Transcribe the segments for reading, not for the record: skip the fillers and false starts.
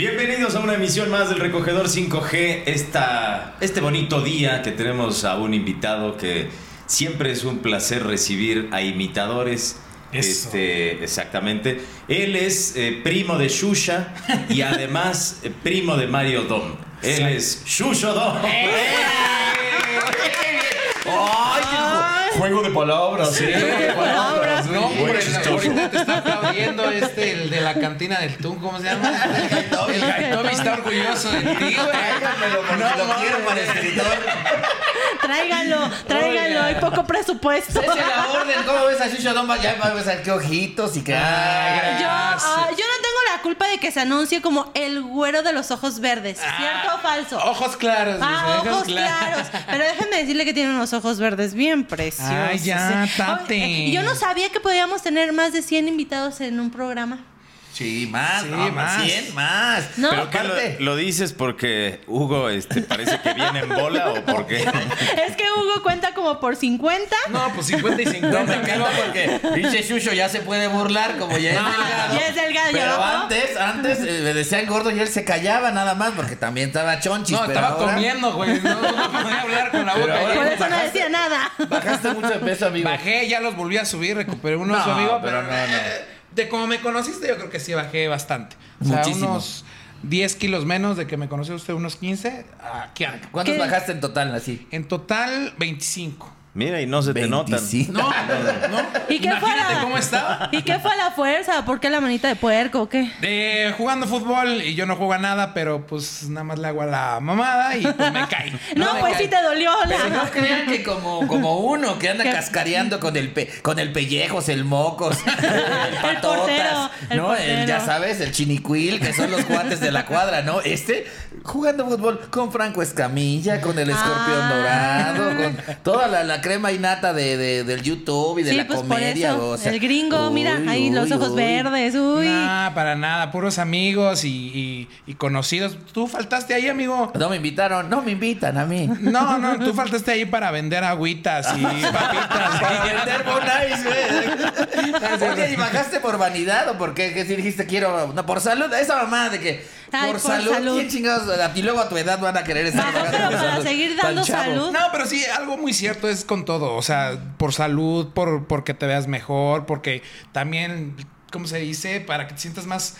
Bienvenidos a una emisión más del Recogedor 5G. Este bonito día que tenemos a un invitado que siempre es un placer recibir a imitadores. Eso. Exactamente. Él es primo de Xuxa y además primo de Mario Dom. Él es Xuxo Dom. Juego de palabras, palabras. No, Muy hombre, chistoso. ahorita te está aplaudiendo el de la cantina del Tun, ¿cómo se llama? El Gaitobi está orgulloso de ti, güey. Lo quiero para escritor. Tráiganlo, hay poco presupuesto. Esa es la orden. ¿Cómo ves a Xuxa Domba? Ya vas a ver qué ojitos y qué. Yo no tengo la culpa de que se anuncie como el güero de los ojos verdes. ¿Cierto o falso? Ojos claros, dice, Ojos claros. Pero déjenme decirle que tiene unos ojos verdes bien preciosos. Ay, ya, tate. Y yo no sabía que podíamos tener más de 100 invitados en un programa. Sí, más. Sí, No, más. 100 más. No. ¿Pero qué lo dices porque Hugo parece que viene en bola o por qué? Es que Hugo cuenta como por 50. No, pues 50 y 50. No me encanta porque pinche Xuxo ya se puede burlar como ya es delgado. Ya es delgado, Pero ¿no? antes le decían gordo y él se callaba nada más porque también estaba chonchis. No, pero estaba ahora comiendo, güey. No podía hablar con la Pero boca ahora- Por llena. eso no decía nada. Bajaste mucho de peso, amigo. Bajé, ya los volví a subir, recuperé unos, No, amigo. pero no. De como me conociste, yo creo que sí bajé bastante. O sea, Muchísimo. unos 10 kilos menos de que me conoció usted, unos 15. Aquí ando. ¿Cuántos ¿Qué? bajaste en total así? En total, 25. Mira, y no se te notan. 25. No. ¿Y qué fue Imagínate la- cómo estaba. ¿Y qué fue a la fuerza? ¿Por qué la manita de puerco o qué? Jugando fútbol y yo no juego a nada, pero pues nada más le hago a la mamada y pues me cae. No, me pues cae. sí te dolió Pero la... no crean que como uno que anda ¿Qué? cascareando con el pellejos, el mocos, el patotas, portero, el ¿no? portero. Ya sabes, el chinicuil, que son los cuates de la cuadra, ¿no? Jugando fútbol con Franco Escamilla, con el escorpión dorado, con toda la crema innata del YouTube y de Sí, la pues comedia. por eso. O sea, El gringo, mira, ahí los ojos verdes, uy. Nah, para nada, puros amigos y conocidos. Tú faltaste ahí, amigo. No me invitan a mí. No, tú faltaste ahí para vender agüitas y papitas. Para vender bonais, güey. Oye, ¿y bajaste por vanidad o por qué? ¿Qué si dijiste quiero? No, por salud. Esa mamá de que Ay, por por salud. salud. ¿Quién chingados? Y luego a tu edad van a querer estar Baja, bajando pero por para salud. seguir Tan dando chavo. salud. No, pero sí, algo muy cierto es con todo. O sea, por salud, porque te veas mejor, porque también, ¿cómo se dice? Para que te sientas más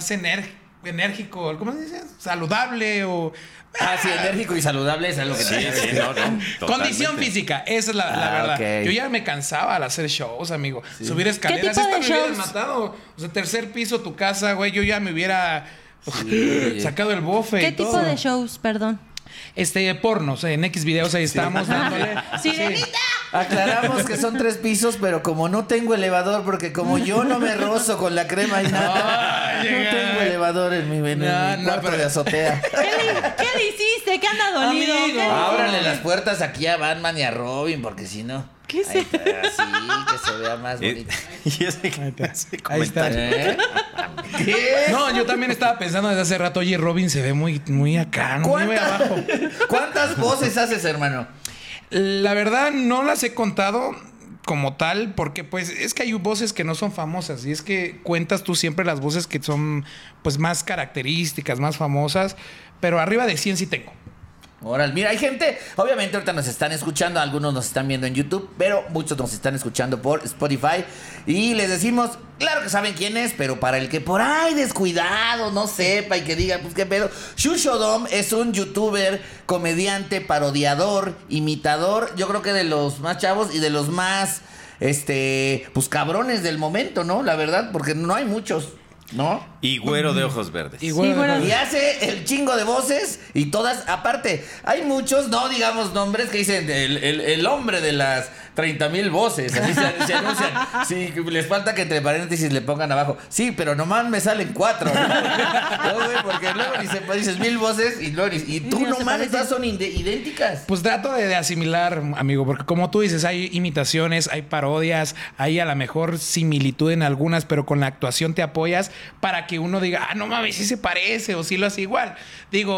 enérgico, ¿cómo se dice? Saludable o... Ah, sí, enérgico y saludable es algo que Sí, te sí, no. Condición Totalmente. física, esa es la verdad. ok. Yo ya me cansaba al hacer shows, amigo. Subir escaleras. tipo de Esta me hubieras shows? matado. O sea, tercer piso, tu casa, güey. Yo ya me hubiera sacado el bofe ¿Qué y tipo todo. de shows, perdón? Pornos, en X videos ahí estamos dándole. ¡Sirenita! Aclaramos que son 3 pisos, pero como no tengo elevador, porque como yo no me rozo con la crema innata, no tengo elevador en mi No, cuarto pero- de azotea. ¿Qué le hiciste? ¿Qué anda dolido? Amigo. ¿Qué le Ábrale hiciste? las puertas aquí a Batman y a Robin, porque si no. ¿Qué es Ahí está, así, que se vea más bonito. Y ese Ahí está. ¿Eh? ¿Qué? No, yo también estaba pensando desde hace rato, oye, Robin se ve muy acá, ¿no? Muy abajo. ¿Cuántas voces haces, hermano? La verdad no las he contado como tal, porque pues es que hay voces que no son famosas y es que cuentas tú siempre las voces que son pues más características, más famosas, pero arriba de 100 sí tengo. Órale, mira, hay gente, obviamente ahorita nos están escuchando, algunos nos están viendo en YouTube, pero muchos nos están escuchando por Spotify y les decimos, claro que saben quién es, pero para el que por ahí descuidado no sepa y que diga, pues qué pedo, Xuxo Dom es un youtuber, comediante, parodiador, imitador, yo creo que de los más chavos y de los más, pues cabrones del momento, ¿no? La verdad, porque no hay muchos, ¿no? Y güero de ojos verdes. Y bueno, Sí, bueno. Y hace el chingo de voces y todas, aparte, hay muchos, no digamos nombres, que dicen el hombre de las 30,000 voces, así se anuncian. Sí, les falta que entre paréntesis le pongan abajo. Sí, pero nomás me salen 4, ¿no? No, güey, porque luego dices 1000 voces y tú No se nomás parecen. todas son idénticas. pues trato de asimilar, amigo, porque como tú dices, hay imitaciones, hay parodias, hay a lo mejor similitud en algunas, pero con la actuación te apoyas para que uno diga, ah, no mames, sí se parece o sí lo hace igual. Digo,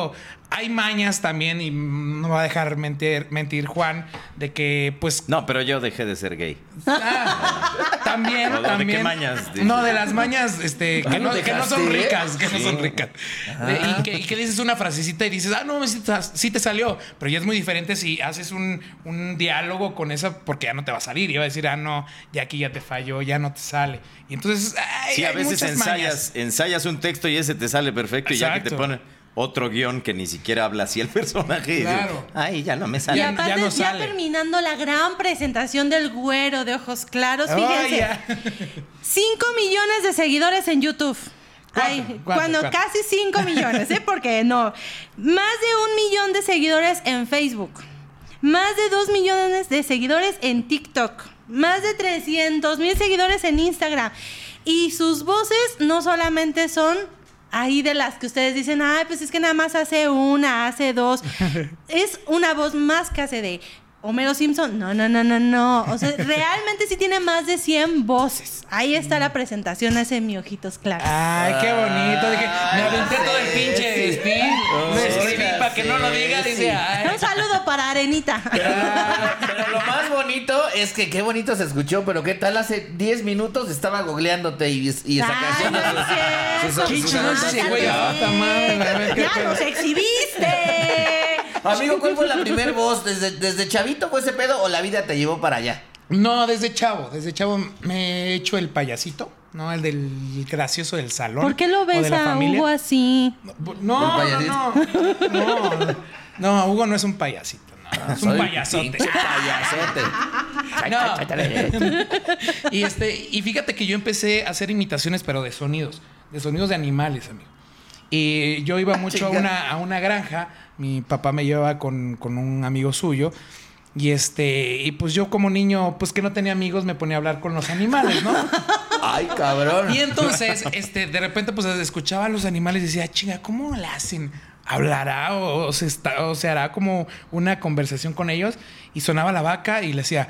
hay mañas también, y no va a dejar mentir Juan, de que pues... No, pero yo dejé de ser gay. También, ¿De también. qué mañas? No, de las mañas que no son ricas, que Sí. no son ricas. Y que dices una frasecita y dices, no, sí te salió. Pero ya es muy diferente si haces un diálogo con esa, porque ya no te va a salir. Y va a decir, no, ya aquí ya te falló, ya no te sale. Y entonces, Sí, a hay veces muchas mañas. ensayas un texto y ese te sale perfecto y ya que te Exacto. pone otro guión que ni siquiera habla así el personaje. Claro. Ay, ya no me Y sale. Ya- aparte, no ya sale. terminando la gran presentación del güero de ojos claros, fíjense. 5 millones de seguidores en YouTube. ¿Cuánto? Casi 5 millones, porque no. Más de 1 millón de seguidores en Facebook. Más de 2 millones de seguidores en TikTok. Más de 300,000 seguidores en Instagram. Y sus voces no solamente son ahí de las que ustedes dicen, pues es que nada más hace una, hace dos. Es una voz más que hace de Homero Simpson. No. O sea, realmente sí tiene más de 100 voces. Ahí está la presentación, ese Mi Ojitos Claros. Ay, qué bonito. Dije, me aventé todo el pinche speed. Me escribí para que no lo diga. Dice, ay. Un saludo para Arenita. Pero lo más bonito es que qué bonito se escuchó, pero qué tal hace 10 minutos estaba googleándote y esa Ay, canción. no es cierto. Qué chido es ese güey. Puta madre, a ver qué ¡Ya pedo. nos exhibiste! Amigo, ¿cuál fue la primer voz? ¿Desde chavito fue ese pedo o la vida te llevó para allá? No, desde chavo me he hecho el payasito, ¿no? El del gracioso del salón. ¿Por qué lo o de ves la a familia. Hugo así? No, ¿El payasito? no, Hugo no es un payasito, no, es un payasote. Pinche payasote. No. Y fíjate que yo empecé a hacer imitaciones, pero de sonidos de animales, amigo. Y yo iba mucho a una granja. Mi papá me llevaba con un amigo suyo. Y pues yo como niño, pues que no tenía amigos, me ponía a hablar con los animales, ¿no? Ay, cabrón. Y entonces, de repente, pues escuchaba a los animales y decía, chinga, ¿cómo le hacen? ¿Hablará o se hará como una conversación con ellos? Y sonaba la vaca y le decía...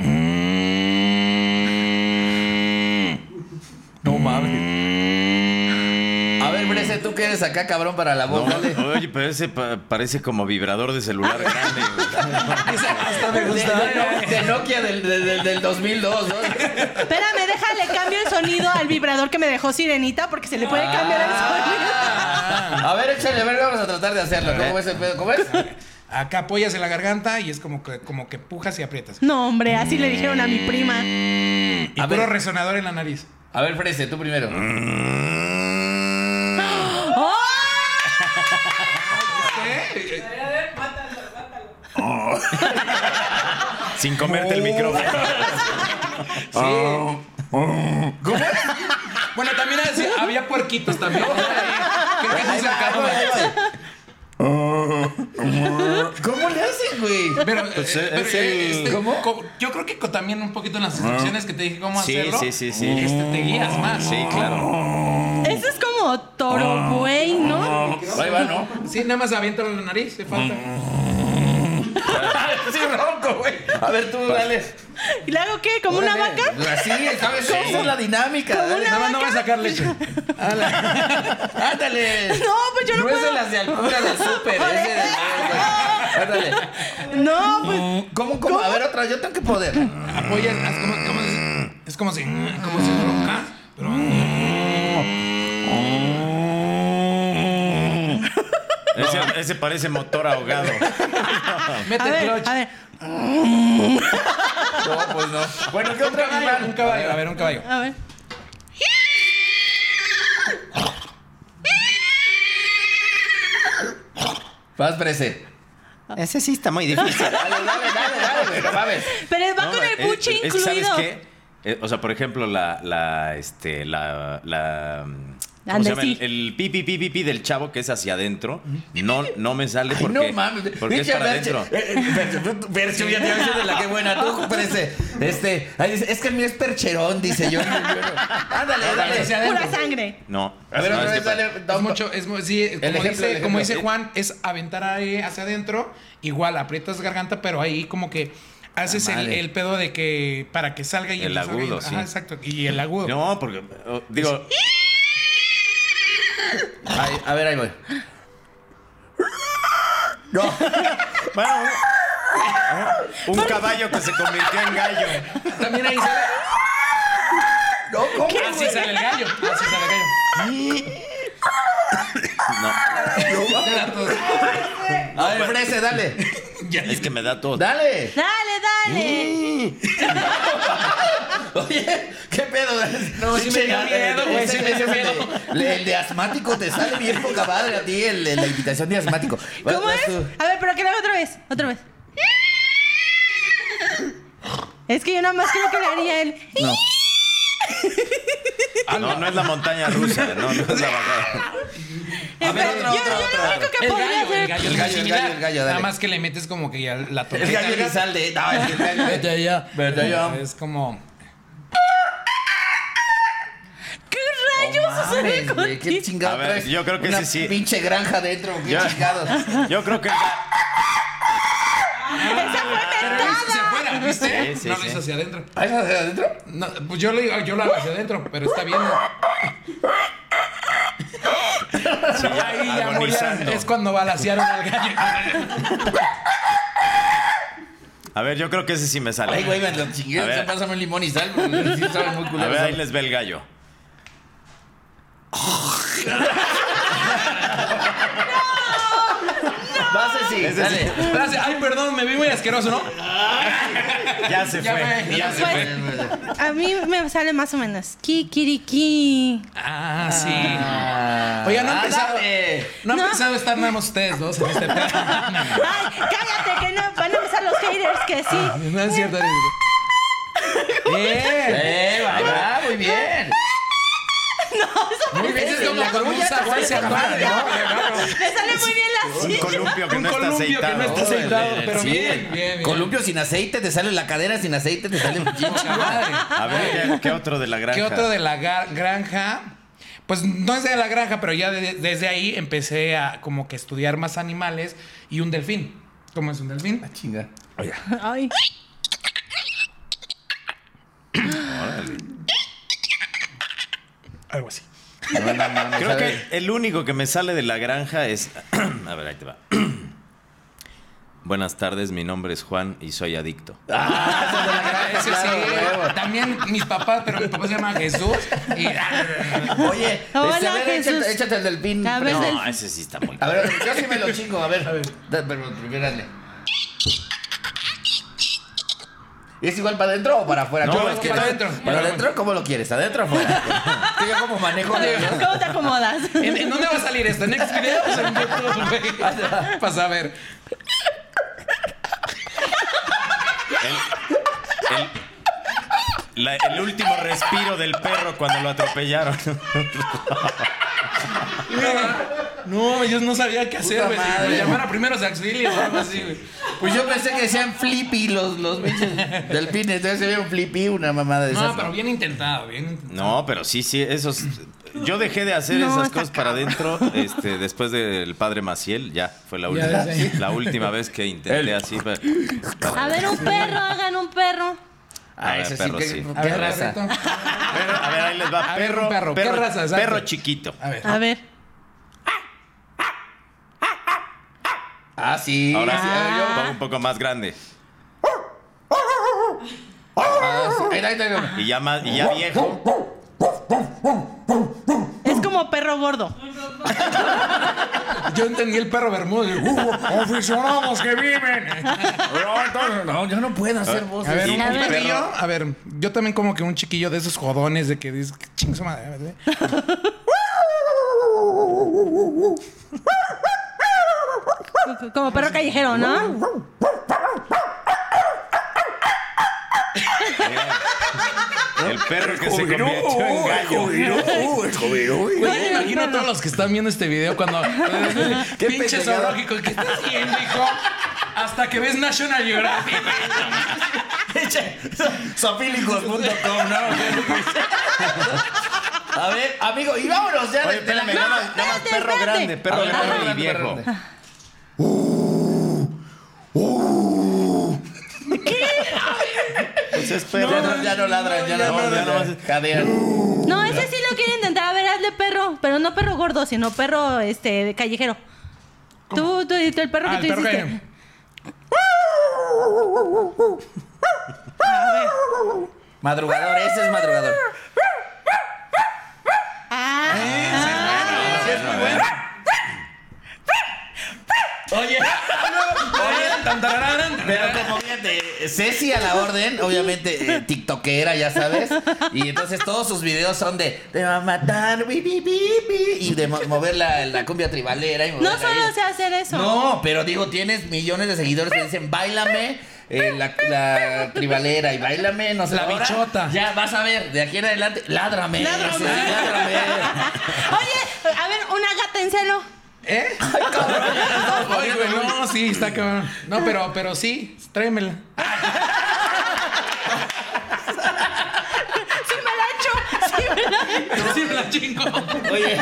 No mames. A ver, Brese, tú que eres acá, cabrón, para la voz. Dale. Oye, pero ese parece como vibrador de celular grande. Hasta me gustaba. De Nokia del 2002, ¿no? Espérame, déjale cambio el sonido al vibrador que me dejó Sirenita porque se le puede cambiar el sonido. A ver, échale, a ver, vamos a tratar de hacerlo. ¿Cómo es el pedo? ¿Cómo es? Acá apoyas en la garganta y es como que pujas y aprietas. No, hombre, así le dijeron a mi prima. Y A puro ver. resonador en la nariz. A ver, Frese, tú primero. ¡Oh! Sin comerte el micrófono. ¿Cómo? Bueno, también había puerquitos también. Creo que se acercaron. ¿Cómo le hacen, güey? Pero, Pues es el- ¿cómo? Yo creo que también un poquito en las instrucciones que te dije cómo Sí, hacerlo. sí. Te guías más. Sí, claro. Eso es como toro buey, ¿no? Ahí va, ¿no? Sí, nada más aviéntalo en la nariz, te falta. Sí, ronco, güey. A ver, tú, dale. ¿Y luego qué? ¿Como una vaca? Así, ¿sabes? Esa es la dinámica. ¿Como Dale. una Nada más no va a sacar leche. Ándale. No, pues yo no No es de puedo. las de altura del súper, es de... Ándale. No, pues. ¿Cómo? A ver, otra, yo tengo que poder. Apoyas, es como si roncas, pero... Ese parece motor ahogado. Mete el clutch. A ver. No, pues no. Bueno, ¿qué otro animal? Un caballo, a ver, un caballo. A ver. Vas, Brese. Ese sí está muy difícil. Dale, güey, no mames. Pero va No, con el puchi es que, ¿sabes incluido. qué? O sea, por ejemplo, ¿cómo se llama? Sí. El pi del chavo que es hacia adentro. No me sale Ay, porque, no mames. porque es Pinche para Berche. adentro. Berche, ya te voy a decir de la que buena. Tú, Brese. Ahí dice, es que el mío es percherón, dice yo. Ándale, Hacia dale. Pura adentro. sangre. No. A ver, No, otra es vez, que dale. Es mucho, sí, ejemplo. como dice Juan, es aventar ahí hacia adentro. Igual aprietas garganta, pero ahí como que haces madre. el pedo de que para que salga y El agudo, sí. Ajá, exacto. Y el agudo. No, porque digo, A ver, ahí voy. No. Bueno, un caballo que se convirtió en gallo. También ahí sale. No, ¿cómo? Así sale el gallo. Así sale el gallo. No, A ver, Frese, dale. es que me da todo. Dale. Dale. Oye, ¿qué pedo? No, sí me dio miedo, güey, sí me dio miedo. El de asmático te sale bien poca madre a ti, la invitación de asmático. ¿Cómo es? A ver, pero que lo haga otra vez. Es que yo nada más creo que le haría él. No. No es la montaña rusa, no es la bajada. A ver, otro. Yo lo único que podría hacer. El gallo, dale. Nada más que le metes como que ya la El tortilla. gallo Elizalde. No, el gallo. Vete allá. Vete allá. Es como. ¿Qué rayos sucede Mames, güey, contigo? qué chingado A ver, traes. yo creo que una ese sí. pinche granja dentro, qué Yo- chingados. Yo creo que ¡Esa fue Pero lo hizo hacia mentada! afuera, ¿viste? Sí, No sí. lo hizo hacia adentro. ¿Ah, eso de adentro? No, pues yo lo hago hacia adentro, pero está bien. sí, ya Ahí ya agonizando. murieron. Es cuando balacearon al gallo. A ver, yo creo que ese sí me sale. Ay, güey, me lo A chingué. ver. Pásame un limón y sal, porque sí sabe muy A culero. ver, ahí les ve el gallo. Vas así, dale. Gracias. Ay, perdón, me vi muy asqueroso, ¿no? Ya se Ya fue. ve. Ya se fue. A mí me sale más o menos. Kikiriki. Ah, sí. Ah, Oiga, no han pensado. dale. No han No. pensado estar nada más ustedes dos en este plan. Ay, cállate, que no van a empezar los haters que sí. No es cierto. Bien. Va, muy bien. Muy bien, es como La con un grulla te sabor sale se con antoja, madre, ¿no? Me sale muy bien la Un silla. columpio que Un no está columpio que aceitado. no está aceitado, pero Sí. bien, bien. Columpio sin aceite, te sale la cadera sin aceite, te sale un chingo. Madre. A ver, ¿qué otro de la granja? ¿Qué otro de la granja? Pues no es de la granja, pero ya desde ahí empecé a como que estudiar más animales y un delfín. ¿Cómo es un delfín? Chinga. Ay. Algo así. Creo que el único que me sale de la granja es... A ver, ahí te va. Buenas tardes, mi nombre es Juan y soy adicto. Ese sí. huevo. También mis papás, pero mi papá se llama Jesús. Y, Oye, Hola, a ver, Jesús. échate el delfín. A ver, No, ese sí está muy... A ver, yo sí me lo chingo, a ver. Pero primero hazle. ¿Es igual para adentro o para afuera? No, ¿Cómo es lo que quieres? para adentro. ¿Para adentro? ¿Cómo lo quieres? ¿Adentro o afuera? Que yo como manejo de ¿Cómo te acomodas? ¿En dónde va a salir esto? ¿En Next Videos o en YouTube, güey? Para saber. El último respiro del perro cuando lo atropellaron. No, yo no sabía qué hacer, güey. madre. Me llamara primero auxilios o algo así, güey. Pues yo pensé que decían flippy los pinches delfines. Entonces se ve un flippy, una mamada de esas. No, pero bien intentado, bien intentado. No, pero sí, esos... Yo dejé de hacer No, esas está cosas para adentro después del padre Maciel. Ya, fue la última, desde ahí. la última vez que intenté así. A ver, un perro, hagan un perro. A ver, ese perro, ¿qué, sí. ¿qué raza? perrito. A ver, ahí les va. A ver, Perro, un perro. ¿Qué raza? Exacto. perro chiquito. A ver. A ver. Ah, sí. Ahora sí, a ver, yo. pongo un poco más grande. Ah, sí. Ahí, Y ya viejo. Es como perro gordo. Yo entendí el perro Bermúdez. Aficionados que viven. No, yo no puedo hacer voz. A ver, Sí, un mi perrillo. perro. A ver, yo también como que un chiquillo de esos jodones de que dices, ching su madre. ¿verdad? Como perro callejero, ¿no? El perro que se convirtió en gallo. Güey, me imagino a todos los que están viendo este video cuando... Qué pinche pendejada. zoológico. ¿Qué estás viendo, hijo? Hasta que ves National Geographic. Sofílicos.com, ¿no? A ver, amigo, y vámonos ya. Oye, espérame, nada más espérate, perro espérate. grande, perro A ver, grande perro y grande, viejo. perro grande. Pues es perro. Ya no ladran, ya no ladran. jadean. No, ese sí lo quiero intentar. A ver, hazle perro. Pero no perro gordo, sino perro callejero. Tú, el perro que tú hiciste. A ver. Madrugador, ese es madrugador. Ese es muy bueno. Oye, pero como fíjate, Ceci a la orden, obviamente tiktokera, ya sabes, y entonces todos sus videos son de te va a matar, y de mover la cumbia tribalera. Y No solo sé hacer eso. No, pero digo, tienes millones de seguidores que dicen, báilame la tribalera y báilame, no sé. La bichota. Ya, vas a ver, de aquí en adelante, ládrame. Ládrame. Ceci, ládrame. Oye, a ver, una gata en celo. ¿Eh? Ay, cabrón. Ay, güey, no, sí, está cabrón. No, pero sí, tráemela. Sí me la chingo. Oye,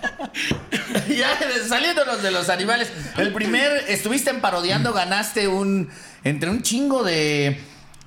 ya saliéndonos de los animales, estuviste en Parodiando, ganaste entre un chingo de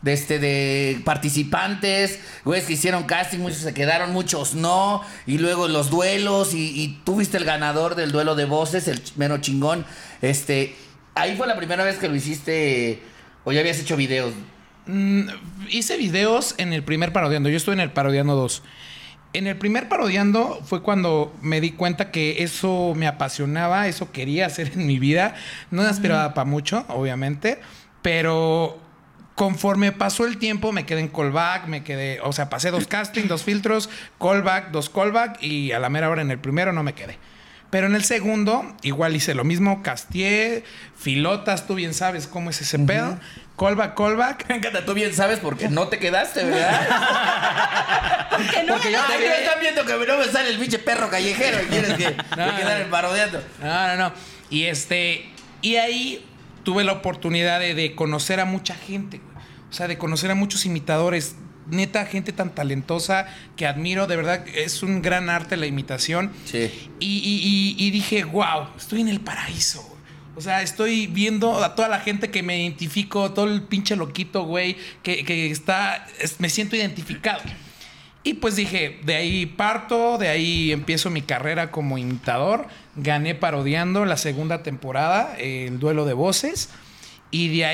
participantes, güeyes que hicieron casting, muchos se quedaron, muchos no, y luego los duelos, y tú fuiste el ganador del duelo de voces, el mero chingón. Ahí fue la primera vez que lo hiciste, o ya habías hecho videos. Hice videos en el primer Parodiando. Yo estuve en el Parodiando 2. En el primer Parodiando fue cuando me di cuenta que eso me apasionaba, eso quería hacer en mi vida. No aspiraba para mucho, obviamente, pero conforme pasó el tiempo me quedé en callback, pasé 2 castings, 2 filtros, callback, 2 callback, y a la mera hora en el primero no me quedé. Pero en el segundo igual hice lo mismo, casteé, filotas, tú bien sabes cómo es ese pedo. Callback. Me encanta, tú bien sabes porque no te quedaste, ¿verdad? Porque no. Porque están viendo que no me sale el pinche perro callejero y quieres que me quedar Parodiando. No. Y ahí tuve la oportunidad de conocer a mucha gente, güey. O sea, de conocer a muchos imitadores. Neta, gente tan talentosa que admiro. De verdad, es un gran arte la imitación. Sí. Y dije, wow, estoy en el paraíso, güey. O sea, estoy viendo a toda la gente que me identifico, todo el pinche loquito, güey, me siento identificado. Y pues dije, de ahí parto, de ahí empiezo mi carrera como imitador. Gané Parodiando la segunda temporada, el duelo de voces. Y de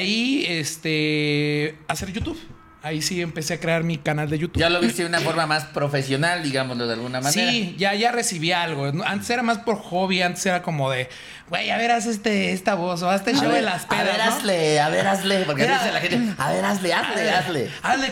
ahí, hacer YouTube. Ahí sí empecé a crear mi canal de YouTube. Ya lo viste de una forma más profesional, digámoslo de alguna manera. Sí, ya recibí algo. Antes era más por hobby, antes era como de, güey, a ver, haz esta voz o haz este show de las pedas, a ver, hazle. Porque dice la gente, a ver, hazle. Hazle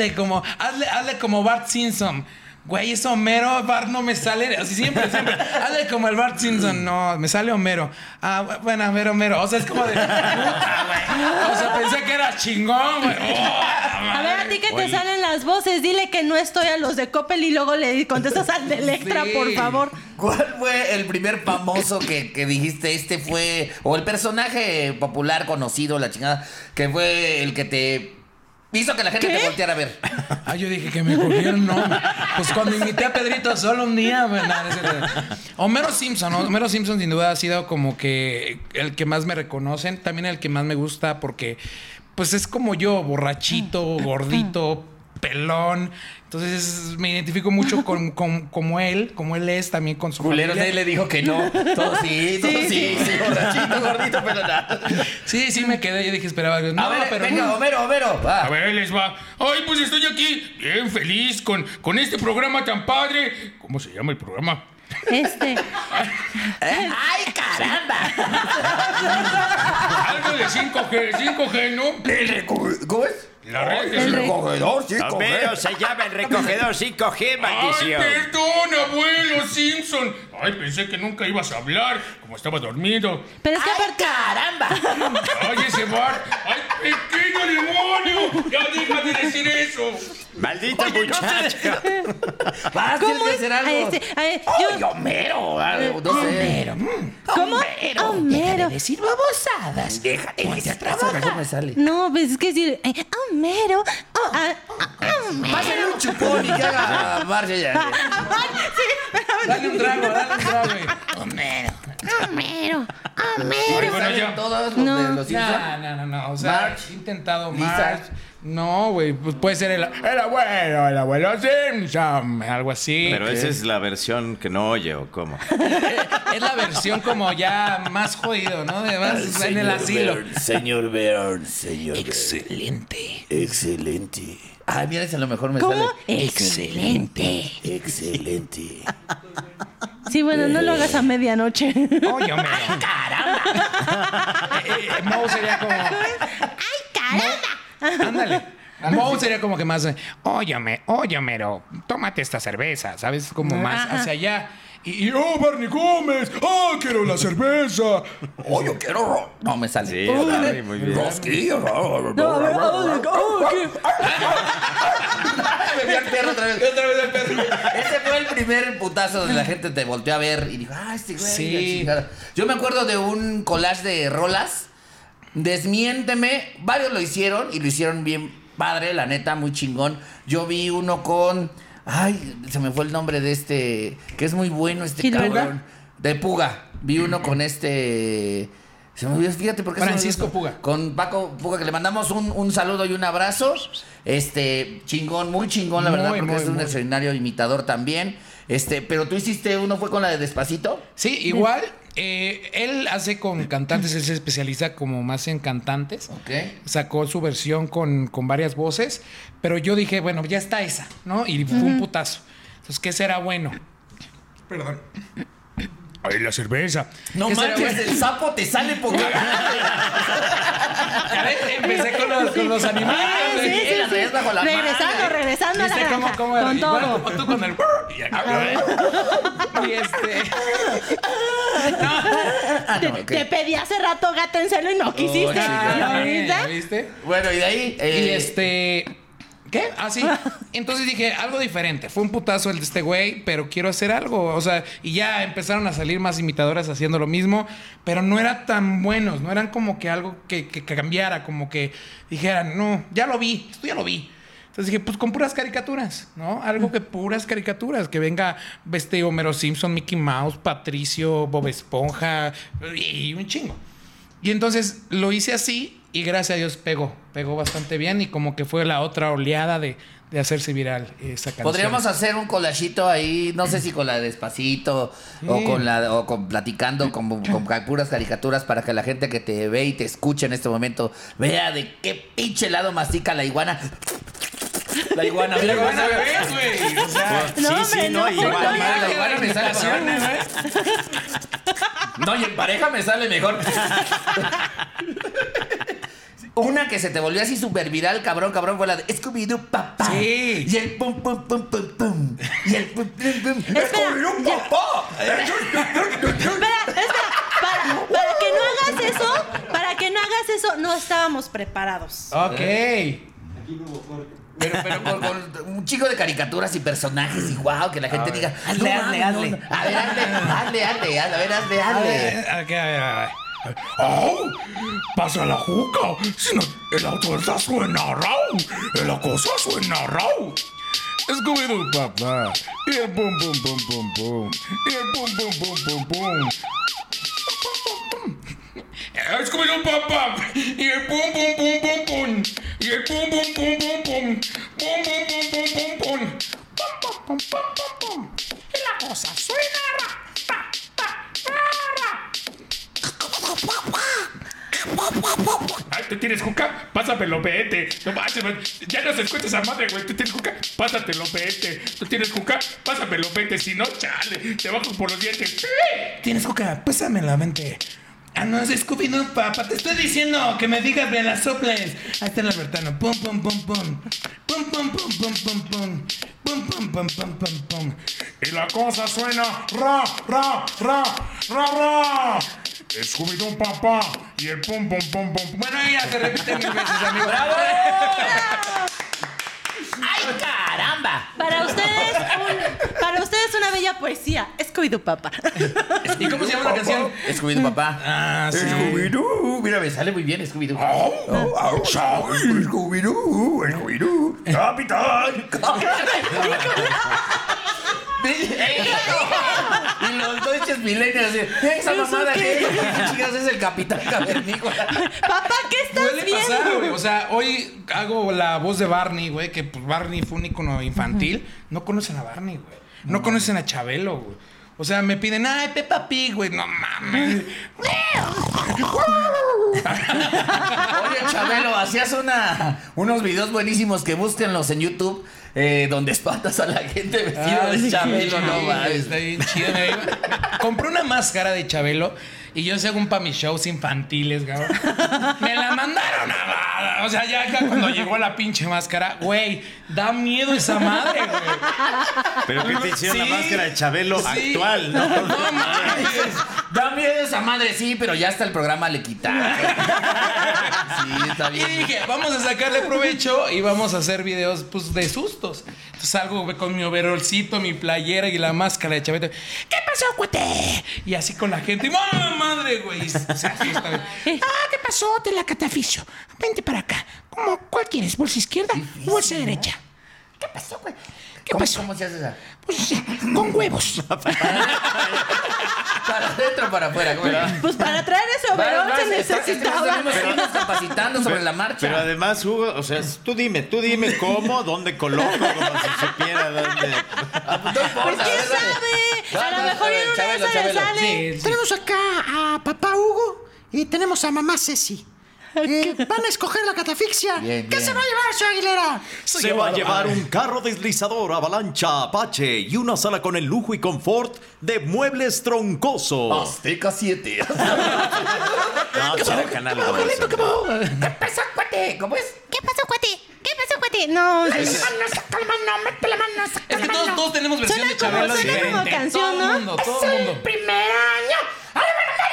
como Bart Simpson. Güey, es Homero, Bart no me sale. Así siempre. Hazle como el Bart Simpson. No, me sale Homero. Ah, bueno, a ver, Homero. O sea, es como de puta, güey. O sea, pensé que era chingón, güey. A ver, a ti que te salen las voces, dile que no estoy a los de Coppel y luego le contestas al de Electra, Sí. por favor. ¿Cuál fue el primer famoso que dijiste fue, o el personaje popular conocido, la chingada, que fue el que te hizo que la gente te volteara a ver? Yo dije que me cogieron, no. Pues cuando imité a Pedrito solo un día, güey. Homero Simpson sin duda ha sido como que el que más me reconocen, también el que más me gusta porque pues es como yo, borrachito, gordito, pelón. Entonces me identifico mucho como él es también con su Culero, familia. nadie le dijo que no. Todo sí, borrachito, gordito, pero nada. Sí, me quedé. Yo dije, esperaba. No, A ver, pero venga, no. Homero, va. A ver, ahí les va. Ay, pues estoy aquí bien feliz con este programa tan padre. ¿Cómo se llama el programa? ¡Ay, caramba! Algo de 5G, ¿no? ¿Cómo es? La red El es... recogedor, sí, Homero se llama el recogedor 5G, ¡Ay, maldición. perdón, abuelo Simpson! Ay, pensé que nunca ibas a hablar, como estaba dormido. Pero es que ¡Ay, aparte... caramba! ¡Ay, ese Bart! ¡Ay, pequeño demonio! ¡Ya deja de decir eso! Maldita muchacha. Vas, tienes que hacer algo. ¡Ay, Homero! No sé. ¿Cómo? Homero. Decir babosadas. Déjate, mejor me sale. No, pues es que decir, Homero. Homero. Pásale un chupón y que haga Marcia ya. Dale un trago. Homero. Ay, bueno, ya. Todos los No. de los Simpsons. No. O sea, Marge, he intentado Lisa. Marge, No, güey, pues puede ser el abuelo Simpson, algo así. Pero esa es la versión que no oye, ¿o cómo? Es la versión como ya más jodido, ¿no? Además, en el asilo. Señor Burns. Excelente. Excelente. Ay, mira, ese a lo mejor me ¿Cómo? sale. Excelente. Excelente. Sí, bueno, no lo hagas a medianoche. Oye, Homero. ¡Caramba! Moe sería como... ¡Ay, caramba! Ándale. Moe sería como que más... Oye, Homero, tómate esta cerveza, ¿sabes? Como más hacia allá. Y Barney Gómez. Quiero la cerveza. Yo quiero. No me sale. Sí, Barney, muy bien. Rosquillo. Me vi al perro otra vez. el perro. Ese fue el primer putazo donde la gente te volteó a ver y dijo, este güey. Sí. la chingada. Yo me acuerdo de un collage de rolas. Desmiénteme. Varios lo hicieron y lo hicieron bien padre, la neta, muy chingón. Yo vi uno con... Ay, se me fue el nombre de este... Que es muy bueno este ¿Gilberto? cabrón. De Puga. Vi uno con este... Se me olvidó, fíjate por qué Francisco Puga. Con Paco Puga, que le mandamos un saludo y un abrazo. Chingón, muy chingón, la verdad, Muy, porque muy, es un muy. extraordinario imitador también. Pero tú hiciste uno, fue con la de Despacito. Sí, igual. Él hace con cantantes, él se especializa como más en cantantes. Ok. Sacó su versión con varias voces, pero yo dije, bueno, ya está esa, ¿no? Y fue un putazo. Entonces, ¿qué será bueno? Perdón. Ay, la cerveza. No ¿Qué será manches, bueno? el sapo te sale poca. Ya ves, empecé con los animales. Sí, sí, las sí. traías bajo la Regresando a la ¿Viste granja. cómo Con igual todo. como tú con el... Y Te pedí hace rato gato en celo y no quisiste. ¿Y ahorita? ¿Viste? Bueno, y de ahí. ¿Qué? Sí. Entonces dije, algo diferente. Fue un putazo el de este güey, pero quiero hacer algo. O sea, y ya empezaron a salir más imitadoras haciendo lo mismo, pero no eran tan buenos. No eran como que algo que cambiara, como que dijeran, no, ya lo vi, esto ya lo vi. Entonces dije, pues con puras caricaturas, ¿no? Algo que puras caricaturas. Que venga Homero Simpson, Mickey Mouse, Patricio, Bob Esponja y un chingo. Y entonces lo hice así y gracias a Dios pegó bastante bien y como que fue la otra oleada de hacerse viral esa canción. Podríamos hacer un collagito ahí, no sé si con la de Despacito o con platicando con puras caricaturas para que la gente que te ve y te escuche en este momento vea de qué pinche lado mastica la iguana. La iguana, mira cómo se ve. güey. O sea, No, hombre, no, igual. no, La iguana me sale mejor. No, y en pareja me sale mejor. Una que se te volvió así súper viral, cabrón, fue la de Scooby-Doo, papá. Sí. Y el pum, pum, pum, pum, pum. Y el pum, pum, pum. Scooby-Doo, papá. Espera. Para que no hagas eso, no estábamos preparados. Ok. Pero con un chico de caricaturas y personajes y wow, que la gente diga, hazle. A ver, hazle. A ver. A ver. Pasa la juca. Si no, el auto suena rau. La cosa suena rau. Scooby-Doo, papá. Y el pum, pum, pum, pum, pum. Y el pum, pum, pum, pum, pum. Scooby-Doo, papá. Y el pum, pum, pum, pum, pum. Y el pum, pum, pum, pum, pum. Pum, pum, pum, pum, pum, pum. Pum, pum, pum, pum, pum, pum. Y la cosa suena ra, ra, ra, ra, ra. Ay, ¿tú tienes juca? Pásamelo, vete. No manches, man. Ya no se escucha esa madre, güey. ¿Tú tienes juca? Pásatelo, vete. ¿Tú tienes juca? Pásamelo, vete. Si no, chale. Te bajo por los dientes. ¿Tienes coca? Pésame la mente. No, es Scooby-Doo, papá. Te estoy diciendo que me digas bien las soples. Ahí está el Albertano. Pum, pum, pum, pum. Pum, pum, pum, pum, pum, pum. Pum, pum, pum, pum, pum, pum. Y la cosa suena ra, ra, ra, ra, ra. Scooby-Doo, papá. Y el pum, pum, pum, pum. Bueno, ya se repite mil veces, amigo. ¡Bravo! ¡Ay, caramba! Para ustedes una bella poesía. Scooby-Doo, papá. ¿Y cómo se llama la canción? Scooby-Doo, papá. Sí. Scooby-Doo. Mira, me sale muy bien Scooby-Doo. Scooby-Doo, Scooby-Doo. Capitán. Y los dos millennials así, esa mamada que chicas es el Capitán Cavernícola. Papá, ¿qué estás Puede viendo? pasar, güey. O sea, hoy hago la voz de Barney, güey, que pues Barney fue un ícono infantil. No conocen a Barney, güey. No conocen a Chabelo, güey. O sea, me piden, ay, Peppa Pig, güey. No mames. Oye, Chabelo, hacías unos videos buenísimos que búsquenlos en YouTube, donde espantas a la gente vestido de Chabelo, no mames. Está bien chido. Compré una máscara de Chabelo y yo según para mis shows infantiles, cabrón. Me la mandaron a... O sea, ya cuando llegó la pinche máscara, güey, da miedo esa madre, güey. Pero que te hicieron la Sí. máscara de Chabelo Sí. actual, ¿no? No mames. Da miedo esa madre, sí, pero ya hasta el programa le quitaron. Sí, está Y bien. dije, vamos a sacarle provecho y vamos a hacer videos, pues, de sustos. Entonces salgo con mi overolcito, mi playera y la máscara de Chabelo. ¿Qué pasó, cuate? Y así con la gente. ¡Mamá, madre, güey! Se asusta, güey. ¿Qué pasó? Te la cataficio. Vente para acá. ¿Cuál quieres? ¿Bolsa izquierda o bolsa derecha? ¿Qué pasó, güey? ¿Qué pasó? ¿Cómo se hace esa? Pues con huevos. ¿Para adentro o para afuera? ¿Cómo era? Pues para traer ese overol se necesitaba. Seguimos capacitando sobre la marcha. Pero además, Hugo, o sea, tú dime cómo, dónde coloco, como si supiera dónde. No Pues importa, quién a ver, dale. sabe. A lo mejor en una Chabelo, de esas le Chabelo. sale. Sí, sí. Tenemos acá a papá Hugo y tenemos a mamá Ceci. Van a escoger la catafixia. Bien, ¿Qué bien. se va a llevar, señor Aguilera? Se va a llevar un carro deslizador, avalancha, Apache y una sala con el lujo y confort de Muebles Troncoso. Azteca 7. No, chavo, Canal 12. ¿Qué pasa, cuate? ¿Cómo es? ¿Qué pasó, cuate? ¿Qué pasó, cuate? No, Saca la mano, mete la mano, saca Es que la mano. todos tenemos versión Suena de Chabelo como- suena como diferente. canción, Todo ¿no? el mundo, todo el mundo. Primer año.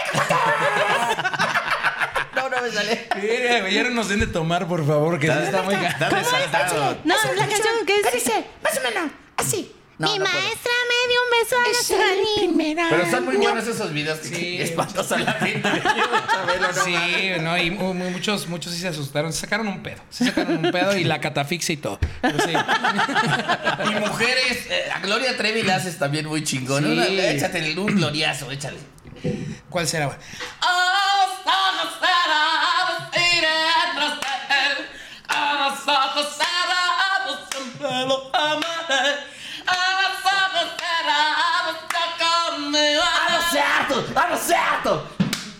No, no me sale. Mira, güey, ya no nos den de tomar, por favor, que sí está muy Está gato. desatado. No, la canción que ¿Qué es. dice? Más o menos. Así. No, Mi no puedo. maestra me dio un beso a Es la el Sani. primer año. Pero están muy buenos esos videos que Sí. espantas a la gente. Chabelo, no Sí, mames. no, y muchos sí se asustaron. Se sacaron un pedo. Se sacaron un pedo y la catafixia y todo. Pero sí. Y mujeres, a Gloria Trevi la haces también muy chingón. ¿no? Sí. Échate un gloriazo, échale. ¿Cuál será, güey? ¡Ah, no es cierto!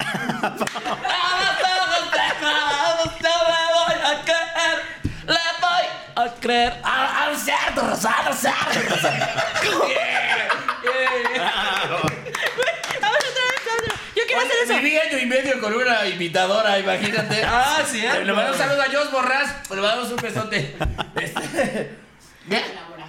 ¡Ah, no es cierto, Rosa! ¡Ah, no es cierto, Rosa! A ver, otra vez. Yo quiero hacer eso. Viví año y medio con una imitadora, imagínate. Ah, sí, Le mandamos un saludo a Jos Borrás, le mandamos un besote. ¿Bien?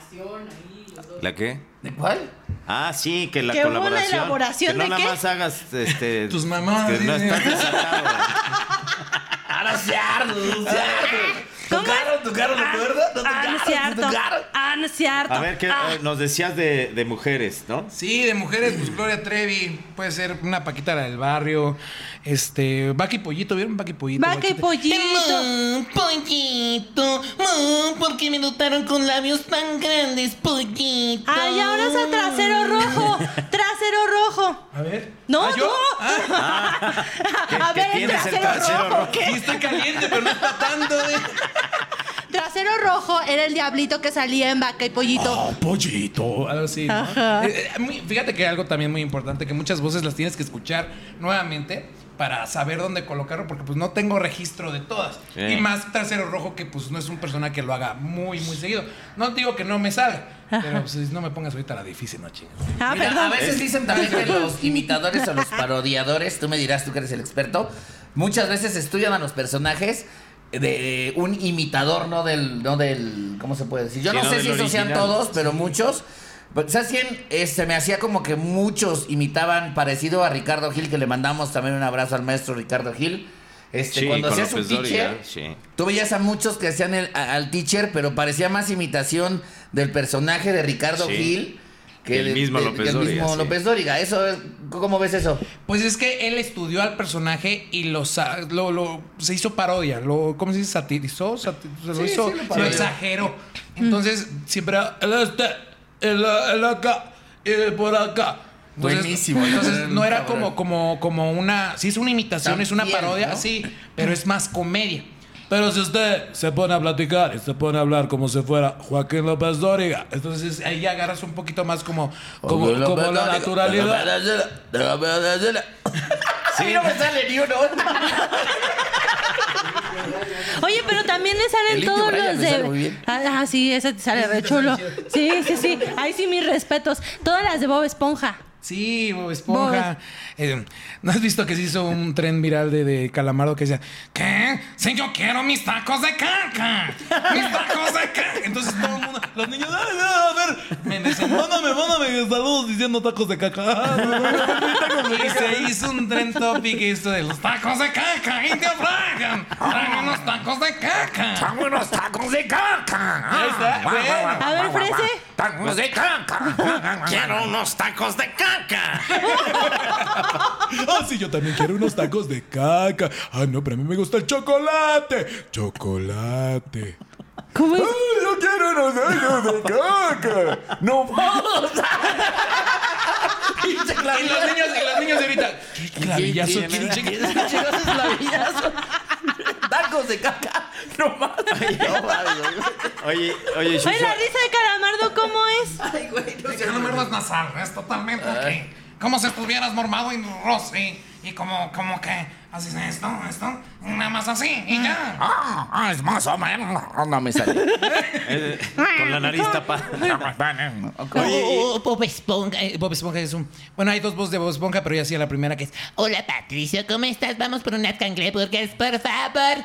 ¿La qué? ¿De cuál? Ah, sí, que la ¿Que hubo una colaboración. elaboración que no de nada qué? más hagas Tus mamás, Que no sí. estás desatado. ¡Ah, no es cierto, no es cierto! ¿Cómo? ¿Tu carro, recuerda? No es cierto. No es cierto. A ver, ¿qué nos decías de mujeres, no? Sí, de mujeres, pues Gloria Trevi. Puede ser una Paquita la del barrio. Vaca y Pollito, ¿vieron? Vaca y Pollito. Vaca y pollito. Pollito, ¿por qué me dotaron con labios tan grandes, pollito? Ay, ahora es el trasero rojo. Trasero rojo. A ver. No, ¿Ah, yo? no. Ah, A que ver, el tienes el trasero trasero rojo. rojo. sí, estoy caliente, pero no está tanto. Trasero rojo era el diablito que salía en Vaca y Pollito. Oh, pollito. Algo así, ¿no? Ajá. Fíjate que algo también muy importante, que muchas voces las tienes que escuchar nuevamente para saber dónde colocarlo, porque pues no tengo registro de todas. Sí. Y más Trasero Rojo, que pues no es un persona que lo haga muy, muy seguido. No digo que no me salga, pero pues no me pongas ahorita la difícil, no chingas. Ah, Mira, a perdón. veces dicen también que los imitadores o los parodiadores, tú me dirás, tú que eres el experto, muchas veces estudian a los personajes de un imitador, no del, ¿cómo se puede decir? Yo Sí, no no sé del si esos sean original. todos, pero muchos. ¿Sabes quién? Se me hacía como que muchos imitaban parecido a Ricardo Gil, que le mandamos también un abrazo al maestro Ricardo Gil. Sí, Cuando con hacía su López Dóriga, teacher, sí. tú veías a muchos que hacían al teacher, pero parecía más imitación del personaje de Ricardo Sí. Gil Que el mismo López que el Dóriga, mismo sí. López Dóriga. ¿Cómo ves eso? Pues es que él estudió al personaje y se hizo parodia. ¿Cómo se dice? Satirizó. Se lo Sí, hizo. sí, lo lo parodió. exageró. Entonces, siempre. El acá. El por acá. Buenísimo. Entonces no era como una... Sí, es una imitación, es una También, parodia, ¿no? sí, pero es más comedia. Pero si usted se pone a platicar y se pone a hablar como si fuera Joaquín López Dóriga, entonces ahí ya agarras un poquito más como la naturalidad. Sí. A mí no me sale ni uno. Oye, pero también le salen El Indio todos Brian los me sale muy bien. sí, ese te sale re chulo. Sí. Ahí sí, mis respetos. Todas las de Bob Esponja. Sí, Bob Esponja. ¿No has visto que se hizo un tren viral de Calamardo que decía, ¿qué? Si yo quiero mis tacos de caca. Mis tacos de caca. Entonces todo el mundo, los niños, a ver, me dicen, mándame saludos diciendo tacos de caca. Y se hizo un tren topic esto de los tacos de caca. Indio Brian, trae unos tacos de caca. ¡Dame unos tacos de caca! Ahí está, bueno. A ver, Frese. ¡Tacos de caca! ¡Quiero unos tacos de caca! Ah, sí, yo también quiero unos tacos de caca. Ah, no, pero a mí me gusta el chocolate. Chocolate. ¿Cómo es? ¡Ay, yo quiero unos tacos de caca! ¡No vamos! Y los niños de ahorita. ¿Qué clavillazo? Tacos de caca. No más. Oye, Oye, Shusha, la risa de Calamardo, ¿cómo es? Ay, güey, no sé. Calamardo es nasal, es totalmente que como si estuvieras mormado y rosy y como que haces esto, y nada más así y ya. Es más o menos. No me sale. con la nariz tapada. Bob Esponja. Bob Esponja es un... Bueno, hay dos voces de Bob Esponja, pero yo hacía la primera que es... Hola, Patricio, ¿cómo estás? Vamos por unas cangreburgers, por favor.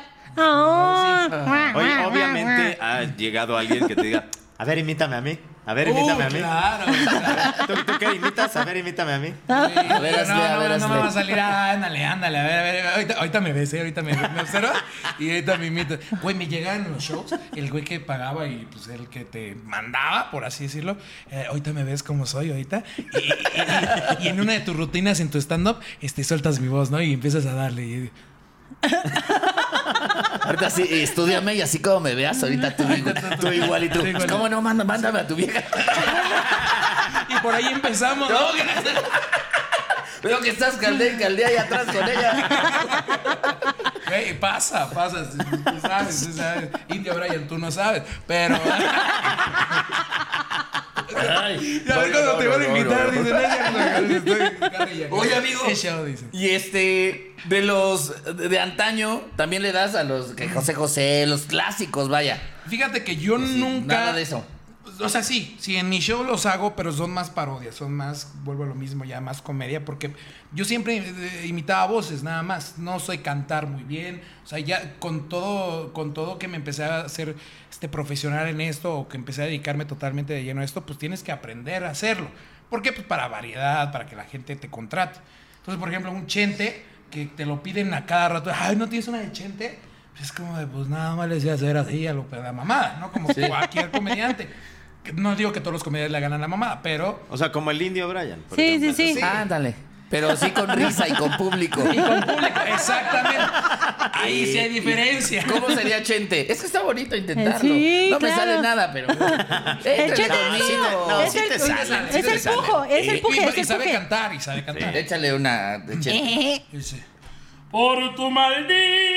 Oye, obviamente ha llegado alguien que te diga, a ver, imítame a mí. A ver, imítame a mí. Claro. ¿Tú qué imitas? A ver, imítame a mí. A ver, hazle, a ver, no me hazle. va a salir. Ándale. A ver. Ahorita me ves, ahorita me observas y ahorita me imitas. Güey, me llegaban los shows, el güey que pagaba y pues el que te mandaba, por así decirlo. Ahorita me ves como soy, ahorita. Y en una de tus rutinas, en tu stand-up, sueltas mi voz, ¿no? Y empiezas a darle. Y... Ahorita sí, estúdiame y así como me veas, ahorita tú igual y tú. Sí, igual. ¿Cómo no? Mándame a tu vieja. Y por ahí empezamos, ¿no? Veo que estás caldea ahí atrás con ella. Güey, pasa. Tú sabes. Indio Brian, tú no sabes. Pero. Ay, Ya ves cuando te van a invitar, dicen, Oye, amigo. Es show, dicen. Y de los de antaño, también le das a los que José, los clásicos, vaya. Fíjate que yo nunca. Nada de eso. O sea, sí, en mi show los hago, pero son más parodias, son más, vuelvo a lo mismo, ya más comedia, porque yo siempre imitaba voces, nada más. No soy cantar muy bien. O sea, ya con todo que me empecé a ser profesional en esto, o que empecé a dedicarme totalmente de lleno a esto, pues tienes que aprender a hacerlo. ¿Por qué? Pues para variedad, para que la gente te contrate. Entonces, por ejemplo, un Chente, que te lo piden a cada rato. Ay, ¿no tienes una de Chente? Pues es como de, pues nada más les voy a hacer así a lo de la mamada, ¿no? Como cualquier comediante. No digo que todos los comediantes le ganan la mamada, pero... O sea, como el Indio Brian. por Sí, ejemplo. sí. Ándale. Pero sí con risa y con público. Y con público, exactamente. Ahí sí hay diferencia. ¿Cómo sería Chente? Es que está bonito intentarlo. Sí, no me claro. sale nada, pero. El Chente conmigo. es el pujo, es el puje, es Y el sabe puje. cantar, y sabe cantar. Échale una de Chente. Dice, Por tu maldito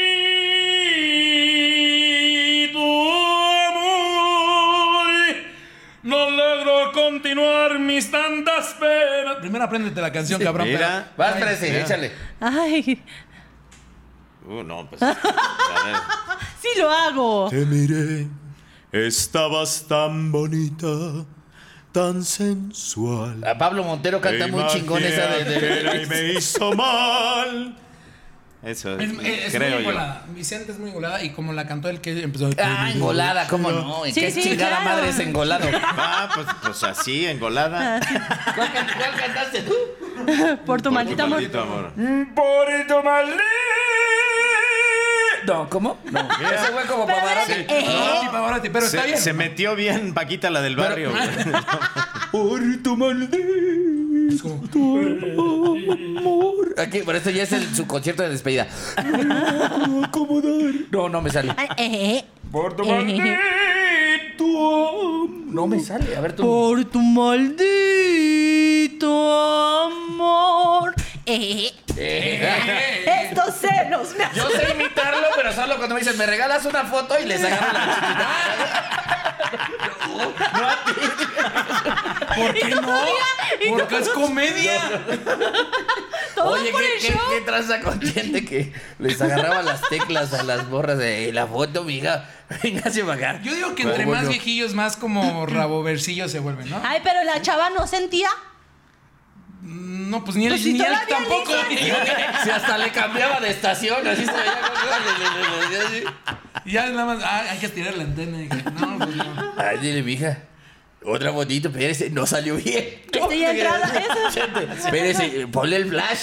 amor, no logro continuar mis tantas penas. primero apréndete la canción, cabrón. Mira. Vas, Presi, échale. Ay, No, pues. A ver. sí lo hago. Te miré, estabas tan bonita, tan sensual. A Pablo Montero canta Te muy chingón esa imaginé ajena y me hizo mal. Eso Es creo muy yo. engolada. Vicente es muy engolada y como la cantó el que empezó. Ah, engolada, ¿cómo no? ¿En Sí, qué sí, chingada claro. madre es engolado? Ah, pues así, engolada. ¿Cuál cantaste tú? Por tu maldito amor. Maldito amor. Por tu maldito. No, ¿cómo? No. Ese fue como Pero Pavarotti. No, Pavarotti, pero está bien. Se metió bien Paquita, la del barrio. güey. Por tu maldito Es como, Aquí, por eso ya es su concierto de despedida. acomodar. No me sale. Por tu maldito amor. No me sale. A ver tú. Por tu maldito Estos celos me Yo sé imitarlo, pero solo cuando me dicen, ¿me regalas una foto? Y les agarro la chiquita. No a ti. ¿Por qué no? Porque es comedia. Todo Oye, por el show. ¿qué tranza con gente que les agarraba las teclas a las morras de la foto, mija? Véngase a pagar. Yo digo que entre más viejillos, más como raboversillos se vuelven, ¿no? Ay, pero la chava no sentía. No, pues ni él, Pues si ni él todavía tampoco. Si hasta le cambiaba de estación, así se veía como... Y ya nada más, hay que tirar la antena. Y dije, no, pues no. Ay, dile, mija. Otra fotito, espérese, no salió bien. Estoy entrada, eso. Espérese, ponle el flash.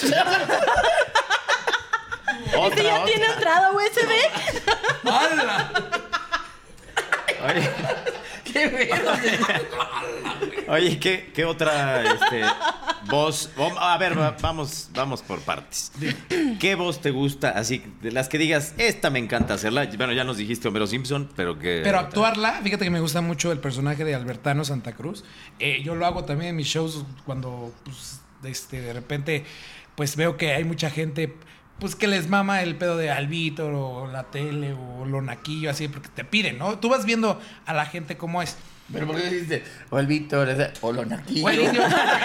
Este ya tiene entrada USB. ¡Hala! Oye, Qué bueno. oye, ¿qué otra voz? A ver, vamos por partes. ¿Qué voz te gusta? Así, de las que digas, esta me encanta hacerla. Bueno, ya nos dijiste Homero Simpson, pero que... Pero actuarla, fíjate que me gusta mucho el personaje de Albertano Santa Cruz. Yo lo hago también en mis shows cuando pues, de repente pues veo que hay mucha gente pues que les mama el pedo de Alvítor o la tele o lo naquillo así, porque te piden, ¿no? Tú vas viendo a la gente cómo es. Pero ¿por qué dijiste? O el Víctor, o lo naquillo. O el indio.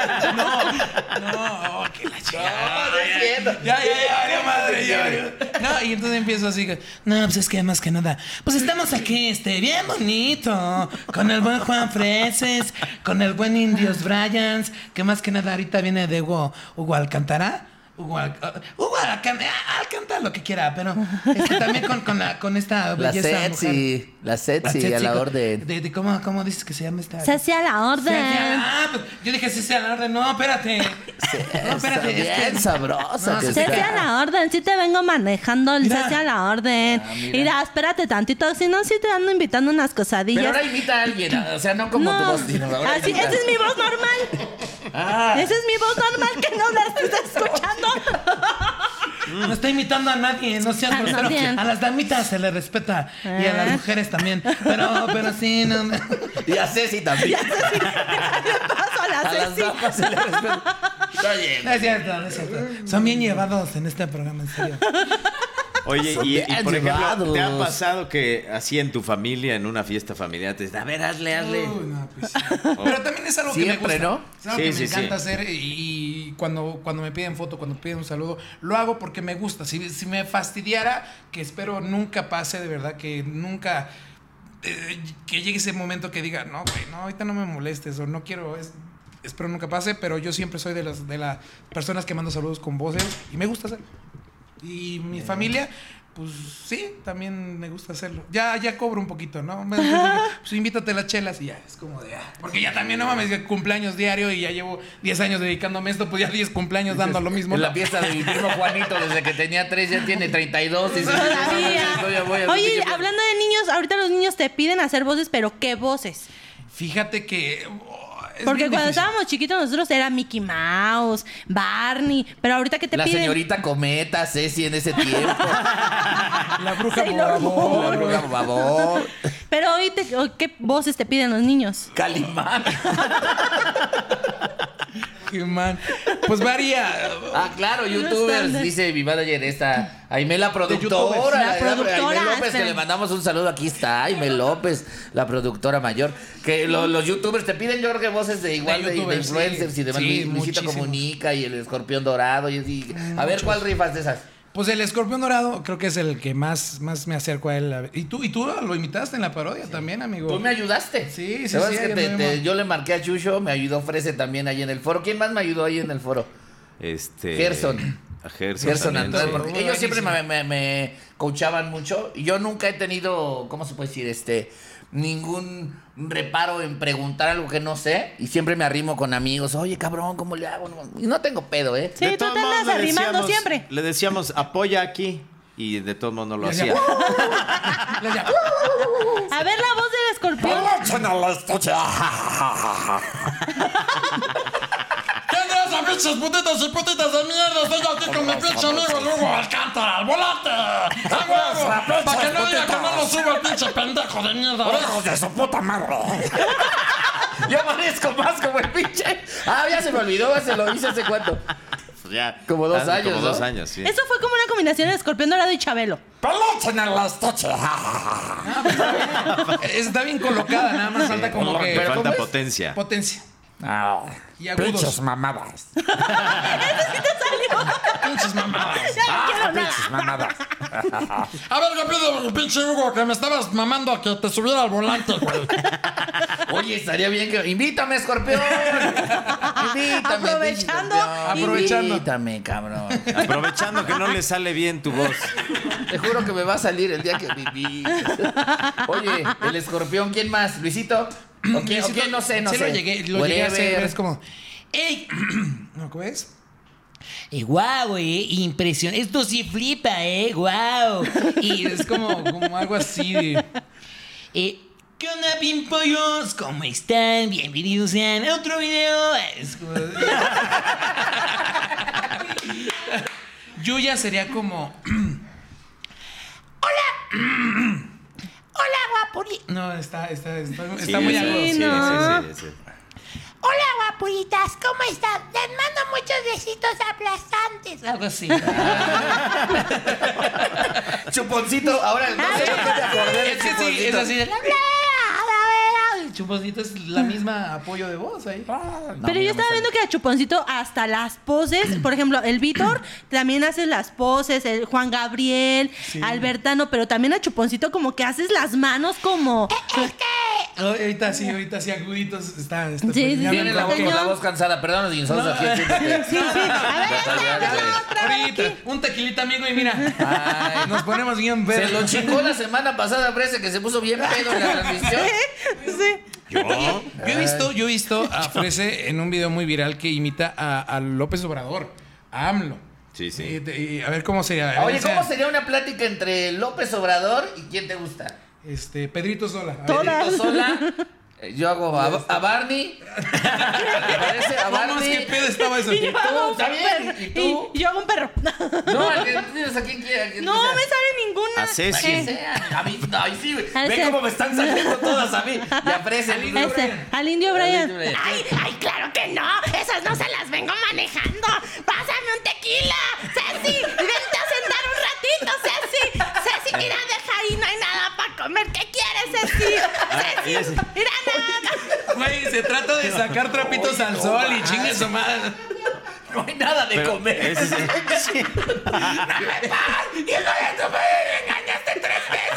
No, que la chingada. No, es cierto. Ya, madre, ya. No, y entonces empiezo así que, no, pues es que más que nada, pues estamos aquí, bien bonito, con el buen Juan Freses, con el buen Indios Bryans, que más que nada ahorita viene de Hugo Alcántara. Hugo Alcántara lo que quiera, pero también con esta belleza mujer. La Setsi, a la orden. De ¿cómo dices que se llama esta? Ceci a la orden. Pues, yo dije Ceci a la orden. No, espérate. No, espérate. Bien sabrosa. que Ceci está. a la orden, sí te vengo manejando el Mira. Ceci a la orden. Mira, espérate tantito, si no, sí te ando invitando unas Pero cosadillas. ahora imita a alguien, o sea, no como tu voz, sino ahora así, imita. esa es mi voz normal. Ah, Esa es mi voz normal que no la estás escuchando. No está imitando a nadie, no seas A grosero. nadie. A las damitas se les respeta y a las mujeres también. Pero sí, no. y a Ceci también. Paso a la A las Ceci. damas se le respeta. Está bien. No es cierto, no es cierto. Son bien llevados en este programa, en serio. Oye, Son y bien por ejemplo, llevados. ¿te ha pasado que así en tu familia, en una fiesta familiar, te dicen, a ver, hazle? Uy, no, pues sí. Pero también es algo que me Siempre, gusta. ¿no? Es algo Sí, que me sí, encanta sí. hacer y cuando me piden foto, cuando piden un saludo, lo hago porque me gusta. Si me fastidiara, que espero nunca pase, de verdad, que nunca... que llegue ese momento que diga, no, güey, no, ahorita no me molestes o no quiero... espero nunca pase, pero yo siempre soy de las personas que mando saludos con voces y me gusta hacerlo. Y mi familia... Pues sí, también me gusta hacerlo. Ya cobro un poquito, ¿no? Pues invítate las chelas y ya, es como de... porque ya también, no mames, cumpleaños diario y ya llevo 10 años dedicándome a esto, pues ya 10 cumpleaños dando lo mismo. En la ¿no? fiesta de mi primo Juanito, desde que tenía 3, ya tiene 32. Dice, Oye, hablando de niños, ahorita los niños te piden hacer voces, pero ¿qué voces? Fíjate que... es Porque bien cuando difícil. estábamos chiquitos nosotros era Mickey Mouse, Barney, pero ahorita que te la piden... señorita Cometa, Ceci en ese tiempo. La bruja Sailor Bobo. La bruja por favor. Pero hoy ¿qué voces te piden los niños? Calimán. Qué man. Pues varía. Ah, claro, youtubers, estándar. dice mi manager esta, Aimee la youtubers. productora. La productora, Aimee López, que espera. le mandamos un saludo. Aquí está Aimee López, la productora mayor. Que los youtubers te piden, yo creo que voces de igual de youtubers, influencers sí. y demás. Sí, Luisito muchísimos. Comunica y el Escorpión Dorado. Y así. A ver, ¿cuál rifas de esas? Pues el escorpión dorado creo que es el que más me acerco a él. Y tú lo imitaste en la parodia también, amigo. Tú me ayudaste. Sí, ¿Sabes sí, que ayúdame. yo le marqué a Chucho, me ayudó Frese también ahí en el foro. ¿Quién más me ayudó ahí en el foro? Gerson. A Gerson. Gerson también, Andrade, sí. porque ellos siempre me coachaban mucho y yo nunca he tenido, ¿cómo se puede decir? Ningún reparo en preguntar algo que no sé y siempre me arrimo con amigos. Oye, cabrón, ¿cómo le hago? Y no tengo pedo, ¿eh? Sí, De tú todos te andas modos, le arrimando decíamos- siempre. Le decíamos, apoya aquí. Y de todos modos no lo Le hacía. decía, Le decía, A ver la voz del escorpión. ¿Qué andas a pinches putitos y putitas de mierda? Estoy aquí con mi pinche amigo Lugo Alcántara, al volante. ¡A huevo! Para que no diga que no lo subo el pinche pendejo de mierda. ¡Hijos de su puta madre! Yo parezco más como el pinche. Ah, ya se me olvidó, se lo hice hace cuánto. ya. Como 2 hace años, Como ¿no? 2 años, sí. Eso fue como una combinación de Escorpión Dorado y Chabelo. Peluche en el estuche. Está bien colocada, nada más falta como Le que... ¿Pero falta cómo es? potencia. Potencia. Ah, Y agudos. pinches mamadas. Pinches mamadas. Pinches mamadas. A ver, rápido, pinche Hugo, que me estabas mamando a que te subiera al volante, güey. Oye, estaría bien que... Invítame, Escorpión. Invítame. Aprovechando. Aprovechando. Invítame, cabrón. Aprovechando que no le sale bien tu voz. Te juro que me va a salir el día que viví. Oye, el Escorpión, ¿quién más? ¿Luisito? ¿O quién? No sé, no Sí, sé. lo llegué a hacer, Whatever. es como... ¡Ey! ¿No, cómo es? Guau, impresionante. Esto sí flipa, guau. Y es como algo así de... ¿Qué onda, pimpollos? ¿Cómo están? Bienvenidos sean a otro video. Es como... Yuya sería como... Hola, guapuri. No, está Sí, muy sí, agudo. sí, no. sí. Hola, guapuritas. ¿Cómo están? Les mando muchos besitos aplastantes. Algo así. Chuponcito, ahora no sé por qué me acordé de Es que sí, Chuponcito. es así de... El Chuponcito es la misma apoyo de voz ahí. Pero yo estaba viendo que a Chuponcito hasta las poses, por ejemplo, el Víctor también hace las poses, el Juan Gabriel, Albertano, pero también a Chuponcito como que haces las manos como... Ahorita sí, aguditos. Está Sí, ya Viene me la voz acordé. con la voz cansada. Perdón, los insultos aquí. Sí, sí. A ver, Ahorita, un tequilita, amigo, y mira. Ay, Nos ponemos bien se verdes. lo chingó la semana pasada, parece que se puso bien pedo en la transmisión. sí. ¿Yo? Yo he visto a Frese en un video muy viral que imita a López Obrador, a AMLO. Sí, sí. Y a ver cómo sería. A ver, Oye, o sea, ¿cómo sería una plática entre López Obrador y quién te gusta? Pedrito Sola. A ver. Todas. Pedrito Sola. Yo hago a Barney. ¿Te parece? A Vamos, Barney. qué pedo estaba eso. Y yo hago un ¿Está bien? perro. ¿Y tú? Y yo hago un perro. No, ¿a quién tienes? ¿A quién quieres? No me sale ninguna. A Ceci. A mí, ay, sí, güey. A Ve ese. cómo me están saliendo todas a mí. Y aprecia el Ese, al Indio Brian. Ay, claro que no. Esas no se las vengo manejando. Pásame un tequila. Ceci, vente a sentar un ratito, Ceci. Ceci, mira, deja ahí, no hay nada para comer. ¿Qué quieres, Ceci? Ceci, mira, nada. Güey, se trata de sacar trapitos al sol y chingue su madre. No hay nada de Pero comer. ese sí. Y eso ya tú me engañaste 3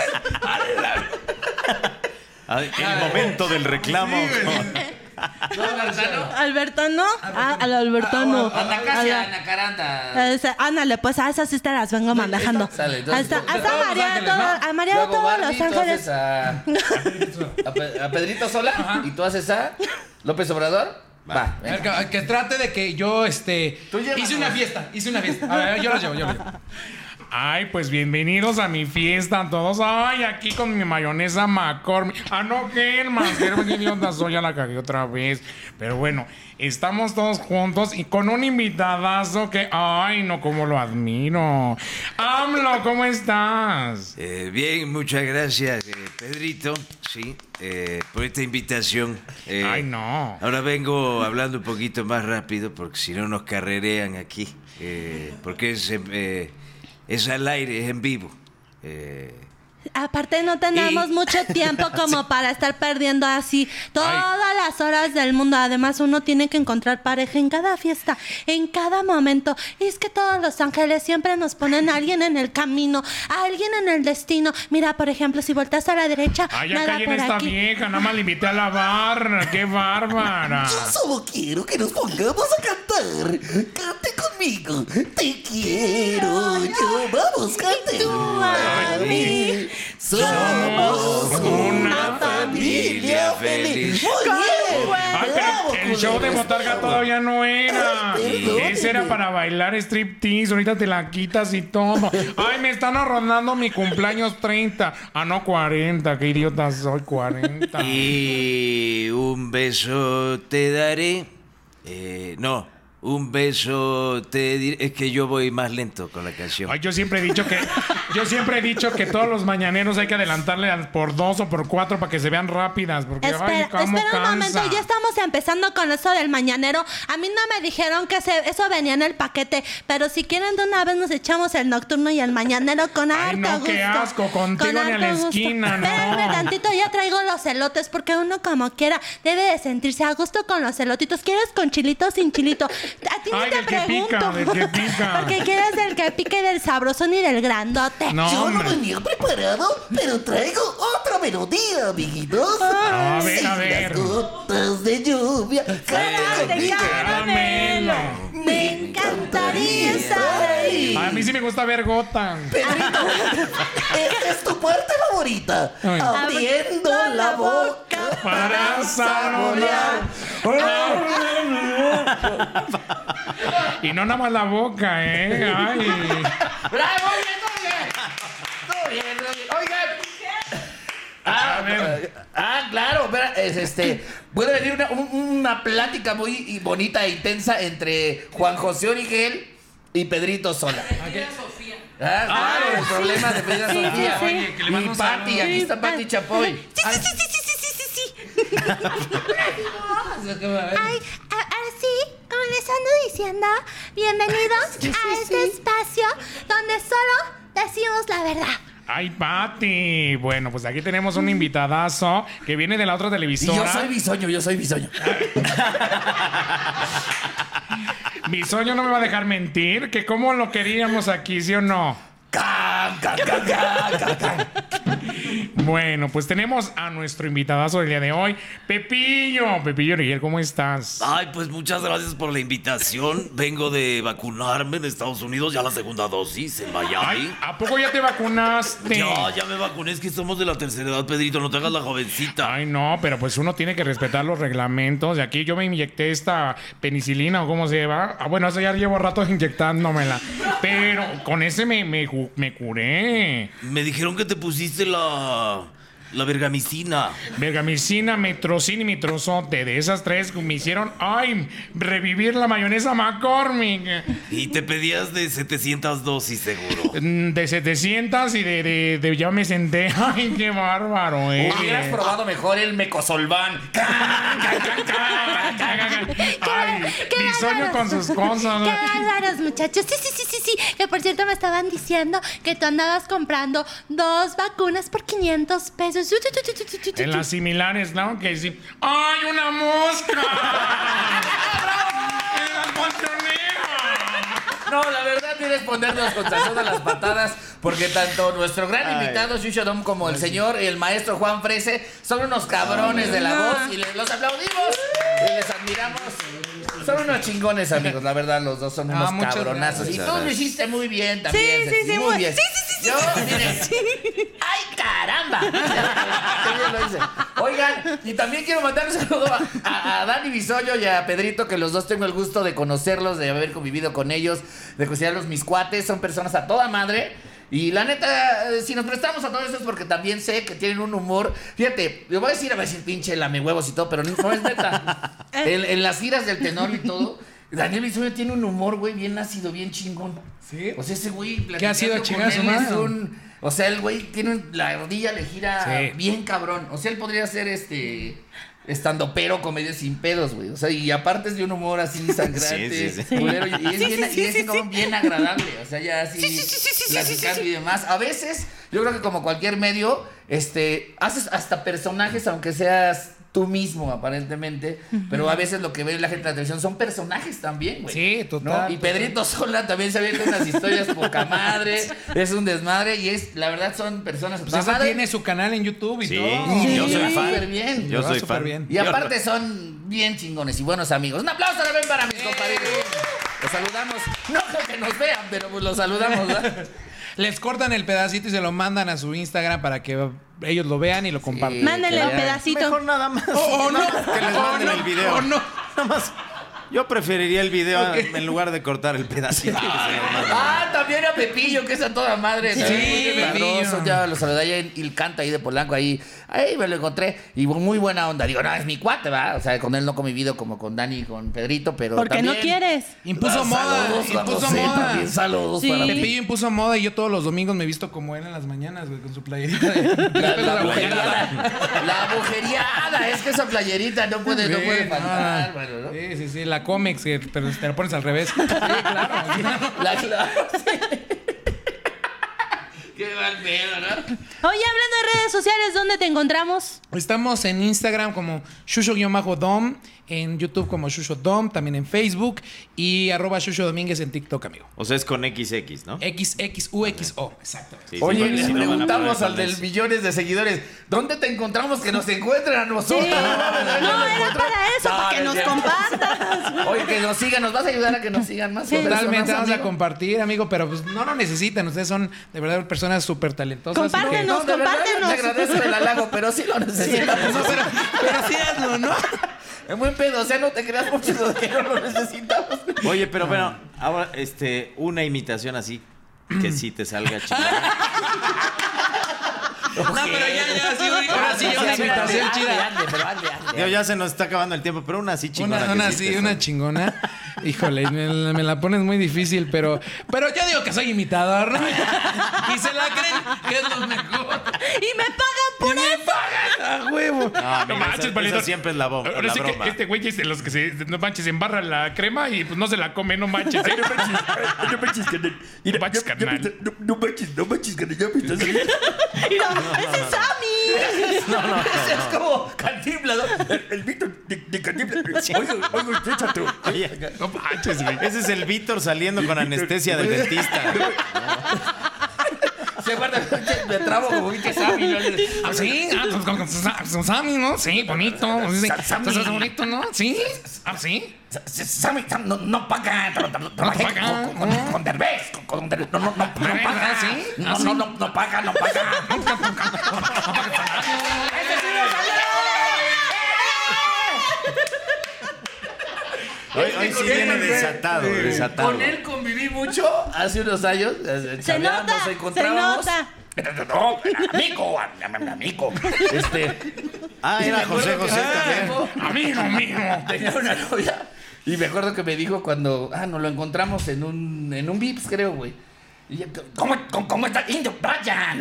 veces. El momento del reclamo. Albertano. Al Albertano. Anda casi a Nacaranda. Ándale, pues a esas sí te las vengo manejando. Sale, entonces, Hasta María, a María Yo de hago todos Barney, los tú ángeles. haces a Pedrito Sola y tú haces a López Obrador. Va, A ver, venga. que trate de que yo, Tú llévanos. hice una fiesta. A ver, yo lo llevo. Ay, pues bienvenidos a mi fiesta a todos. Ay, aquí con mi mayonesa McCormick. Ah, no, que el más qué idiota soy, ya la cagué otra vez. Pero bueno, estamos todos juntos y con un invitadazo que, ay, no, cómo lo admiro. AMLO, ¿cómo estás? Bien, muchas gracias, Pedrito, sí, por esta invitación. Ay, no. Ahora vengo hablando un poquito más rápido porque si no nos carrerean aquí, porque es al aire, es en vivo. Aparte no tenemos mucho tiempo como para estar perdiendo así todas las horas del mundo. Además uno tiene que encontrar pareja en cada fiesta, en cada momento. Y es que todos los ángeles siempre nos ponen a alguien en el camino, a alguien en el destino. Mira, por ejemplo, si volteas a la derecha, Ay, ya nada callen por esta aquí. vieja, nada más le invité a la barra. ¡Qué bárbara! Yo solo quiero que nos pongamos a cantar. Cante conmigo. Te quiero yo. Vamos, cante. Tú a mí. Somos una familia feliz. Muy bien. Ay, pero el show de Botarga todavía no era. Ese era para bailar striptease. Ahorita te la quitas y todo. Ay, me están arrondando mi cumpleaños 30. Ah, no, 40. Qué idiota soy, 40. Y un beso te daré. No, un beso te diré. Es que yo voy más lento con la canción. Ay, yo siempre he dicho que Yo siempre he dicho que todos los mañaneros hay que adelantarle por 2 o por 4 para que se vean rápidas. Porque, Espera un momento, ya estamos empezando con eso del mañanero. A mí no me dijeron que eso venía en el paquete, pero si quieren de una vez nos echamos el nocturno y el mañanero con harto no, gusto. qué asco, contigo ni a la esquina, no. Espérenme tantito, ya traigo los elotes, porque uno como quiera debe de sentirse a gusto con los elotitos. ¿Quieres con chilito o sin chilito? A ti no te pregunto. Del que pica. Porque quieres del que pique, del sabrosón y del grandote. No, Yo hombre. no venía preparado, pero traigo otra melodía, amiguitos. A ver, Si a ver. las gotas de lluvia caen de en mi caramelo. Me encantaría estar ahí. A mí sí me gusta ver Gotham. Pedrito, esta es tu parte favorita. Ay. Abriendo la boca Para saborear. Y no nada más la boca, ¿eh? Ay. ¡Bravo! Todo bien. Oigan. A ver. Claro, puede venir una plática muy bonita e intensa entre Juan José Origel y Pedrito Sola. Claro, el problema de Pedrito Sí, Sofía. sí, sí. Oye, que le mando Y un Pati, saludo. aquí está Pati Chapoy. Sí. Ay, ahora sí, como les ando diciendo, bienvenidos a este espacio donde solo decimos la verdad. Ay, Pati. Bueno, pues aquí tenemos un invitadazo que viene de la otra Y televisora. yo soy bisoño. Bisoño no me va a dejar mentir, que cómo lo queríamos aquí, ¿sí o no? Bueno, pues tenemos a nuestro invitadazo del día de hoy, Pepillo. Pepillo Origel, ¿cómo estás? Ay, pues muchas gracias por la invitación. Vengo de vacunarme en Estados Unidos, ya la segunda dosis en Miami. Ay, ¿a poco ya te vacunaste? Ya me vacuné, es que somos de la tercera edad, Pedrito, no te hagas la jovencita. Ay, no, pero pues uno tiene que respetar los reglamentos. Y aquí yo me inyecté esta penicilina o cómo se llama. Bueno, eso ya llevo rato inyectándomela. Pero con ese me curé. Me dijeron que te pusiste la vergamicina. Vergamicina, metrocin y mitrozote. De esas tres me hicieron, revivir la mayonesa McCormick. Y te pedías de 700 dosis, seguro. De 700 y de ya me senté. Ay, qué bárbaro, Hubieras probado mejor el Mecosolván. Ay, Bisoño con sus cosas. Qué bárbaros, muchachos. Sí. Que por cierto me estaban diciendo que tú andabas comprando 2 vacunas por 500 pesos. En las similares, ¿no? Que sí. ¡Ay, una mosca! ¡En las montoneras! No, la verdad tienes que ponernos con salsón a las patadas, porque tanto nuestro gran invitado Shusho Dom como el señor, el maestro Juan Frese, son unos cabrones de la voz y los aplaudimos y les admiramos. Son unos chingones, amigos, la verdad, los dos son unos muchas cabronazos. gracias. Y tú lo hiciste muy bien también. Sí, muy bien. Yo, miren, ¡ay, caramba! Qué bien lo hice. Oigan, y también quiero mandar un saludo a Dani Bisoño y a Pedrito, que los dos tengo el gusto de conocerlos, de haber convivido con ellos, de considerarlos mis cuates. Son personas a toda madre. Y la neta, si nos prestamos a todo eso es porque también sé que tienen un humor. Fíjate, le voy a decir pinche lamehuevos y todo, pero no es neta. En las giras del tenor y todo, Daniel Bisoño tiene un humor, güey, bien ácido, bien chingón. ¿Sí? O sea, ese güey... ¿Qué ha sido platicando chingazo, con él es mano? o sea, el güey tiene... La rodilla le gira Sí. bien cabrón. O sea, él podría ser estando pero comedia sin pedos, güey. O sea, y aparte es de un humor así sangrante, Sí. culero, y es como bien agradable. O sea, ya así platicando y demás. A veces, yo creo que como cualquier medio, haces hasta personajes, aunque seas tú mismo, aparentemente. Pero a veces lo que ve la gente en la televisión son personajes también, güey. Sí, total. ¿No? Y Pedrito Sola también se avienta unas historias poca madre. Es un desmadre y la verdad son personas a Pues toda esa madre. tiene su canal en YouTube y Sí, todo. yo soy fan. Súper bien. Yo soy súper fan. bien. Y aparte son bien chingones y buenos amigos. Un aplauso también para mis compadres. Los saludamos. No creo que nos vean, pero pues los saludamos, ¿verdad? Les cortan el pedacito y se lo mandan a su Instagram para que ellos lo vean y lo compartan. Mándenle claro. un pedacito. Mejor nada más. O no. Que les manden el video. O no. Nada más. Yo preferiría el video en lugar de cortar el pedacito. También a Pepillo, que es a toda madre. Sí, Pepillo. Ya lo saludé allá en Il Canto, ahí de Polanco, ahí me lo encontré. Y muy buena onda. Digo, no, es mi cuate, ¿va? O sea, con él no he convivido como con Dani y con Pedrito, pero Porque también... no quieres. Impuso moda. Impuso moda. También saludos Sí. para Pepillo impuso moda y yo todos los domingos me he visto como él en las mañanas, güey, con su playerita. La agujeriada. Es que esa playerita no puede faltar. Bueno, ¿no? Sí, la Comex, pero te la pones al revés. Sí, claro. Qué mal pedo, ¿no? Oye, hablando de redes sociales, ¿dónde te encontramos? Estamos en Instagram como Shusho-Dom, en YouTube como Shusho Dom, también en Facebook y @Shusho Domínguez en TikTok, amigo. O sea, es con XX, ¿no? XXUXO, exacto. Sí, Oye, porque le si no van a preguntamos poner al del con millones de seguidores, ¿dónde te encontramos que nos encuentren a nosotros? Sí. No, era para eso, para que nos compartas. Oye, que nos sigan, nos vas a ayudar a que nos sigan más. Sí. Totalmente, vamos a amigo. compartir, amigo, pero pues no lo necesitan. Ustedes son de verdad personas súper talentosas. Compártenos. No, de verdad, Compártenos. te agradezco el halago, pero sí lo necesitamos. No, pero sí hazlo, ¿no? Es buen pedo, o sea, no te creas mucho de que no lo necesitamos. Oye, pero bueno, ahora una imitación así que sí te salga chingada. No, pero ya, sí, ahora sí, una imitación chida. Digo, ya se nos está acabando el tiempo, pero una así chingona. Una chingona. Híjole, me la pones muy difícil, pero yo digo que soy imitador, ¿no? Y se la creen que es lo mejor. Y me pagan por eso. ¡A huevo! No manches, valedor. esa siempre es la bomba. Ahora La sí broma. que este güey es de los que no manches, embarra la crema y pues no se la come, no manches. ¿eh? No manches, carnal. No manches, carnal. No manches, carnal. Ya me estás saliendo. ¡Ese es Sammy! Ese es como Cantinflas, ¿no? El Víctor de Cantinflas. Oiga, échate. Oye, No manches, güey. ese es el Víctor saliendo con anestesia del dentista. Se guarda, me trabo como que Sammy, ¿no? Sí, con Sammy, ¿no? Sí, bonito. Sí, Sammy. bonito, ¿no? Sí. Ah, sí. Sammy, no paga. Trabajé paga. con Derbez. Con Derbez. No paga. ¿Sí? No paga. Hoy sí viene desatado. Con él conviví mucho hace unos años. Se nota, nos encontrábamos. se nota. No, amigo. Era José también. Amigo mío. Tenía una novia. Y me acuerdo que me dijo cuando nos lo encontramos en un Vips, creo, güey. Y yo, ¿cómo está? Indio Brian.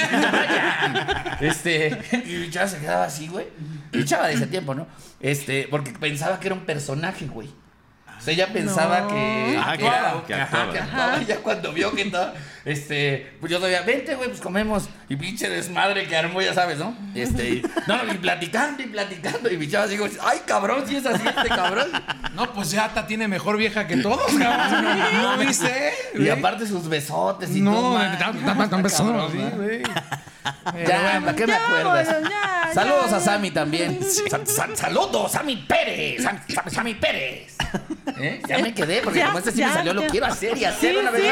Y mi chava se quedaba así, güey. Mi chava de ese tiempo, ¿no? Porque pensaba que era un personaje, güey. O sea, ella pensaba que actuaba. Y ya cuando vio que estaba, pues yo todavía, vente, güey, pues comemos. Y pinche desmadre que armó, ya sabes, ¿no? Y platicando. Y mi chava así, güey, ay, cabrón, si es así cabrón. No, pues ya Ata tiene mejor vieja que todos, cabrón. ¿No viste? Y aparte sus besotes y todo. No, besos. Sí, güey. Ya, ¿para qué me acuerdo? vámonos, ya, Saludos ya. a Sammy también. Saludos, Sammy Pérez. Sammy Pérez. Ya me quedé, porque Ya, como este sí me ya, salió, lo ya. quiero hacer y hacer Sí, una vez.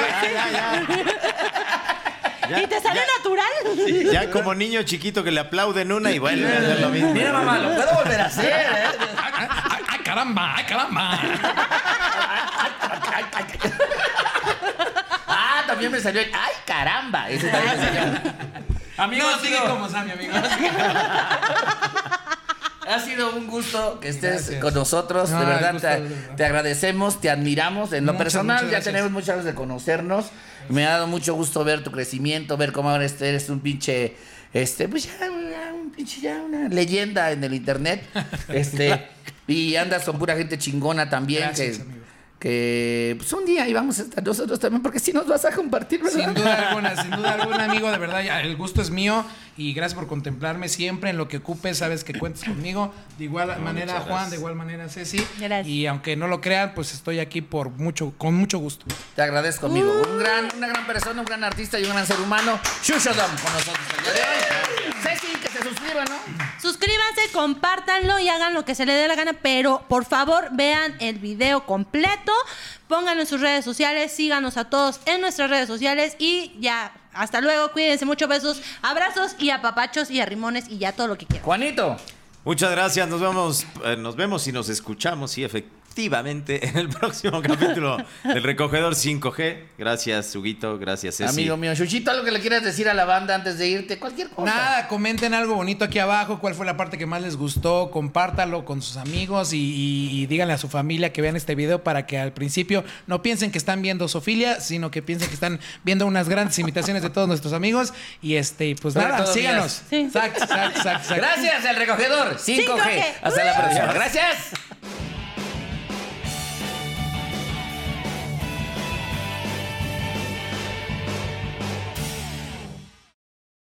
¿Y te sale natural? Ya como niño chiquito que le aplauden una y vuelve a hacer lo mismo. Mira, mamá, lo puedo volver a hacer. ¡Ay, caramba! ¡Ay, caramba! También me salió el ¡ay, caramba! Ese también me salió. Amigos, No, sigue como Sammy, amigo. ha sido un gusto que estés Gracias. con nosotros. No, de el verdad, gusto, de verdad. te agradecemos, te admiramos. En lo Muchas, personal, muchas ya gracias. tenemos muchas años de conocernos. Me ha dado mucho gusto ver tu crecimiento, ver cómo ahora eres un pinche. Pues ya una leyenda en el internet. Y andas con pura gente chingona también. Gracias, amigo. Que pues un día íbamos a estar nosotros también, porque si nos vas a compartir, ¿verdad? Sin duda alguna, amigo, de verdad, ya, el gusto es mío y gracias por contemplarme siempre en lo que ocupes, sabes que cuentas conmigo. De igual manera, Juan, de igual manera, Ceci. Gracias. Y aunque no lo crean, pues estoy aquí con mucho gusto. Te agradezco, amigo. Una gran persona, un gran artista y un gran ser humano. Shusho Dom con nosotros el día de hoy. Ceci, que se suscriban, ¿no? Suscríbanse, compártanlo y hagan lo que se les dé la gana, pero por favor vean el video completo, pónganlo en sus redes sociales, síganos a todos en nuestras redes sociales y ya, hasta luego, cuídense mucho, besos, abrazos y apapachos y arrimones y ya todo lo que quieran. Juanito. Muchas gracias, nos vemos y nos escuchamos, sí, activamente en el próximo capítulo del Recogedor 5G. Gracias, Huguito. Gracias, Ceci. Amigo mío, Chuchito, algo que le quieras decir a la banda antes de irte, cualquier cosa. Nada, comenten algo bonito aquí abajo, cuál fue la parte que más les gustó, compártalo con sus amigos y díganle a su familia que vean este video para que al principio no piensen que están viendo Sofilia, sino que piensen que están viendo unas grandes imitaciones de todos nuestros amigos y pues Sobre nada, todo síganos. mías. Sí. Exacto. Gracias, El Recogedor 5G. Hasta la próxima. Gracias.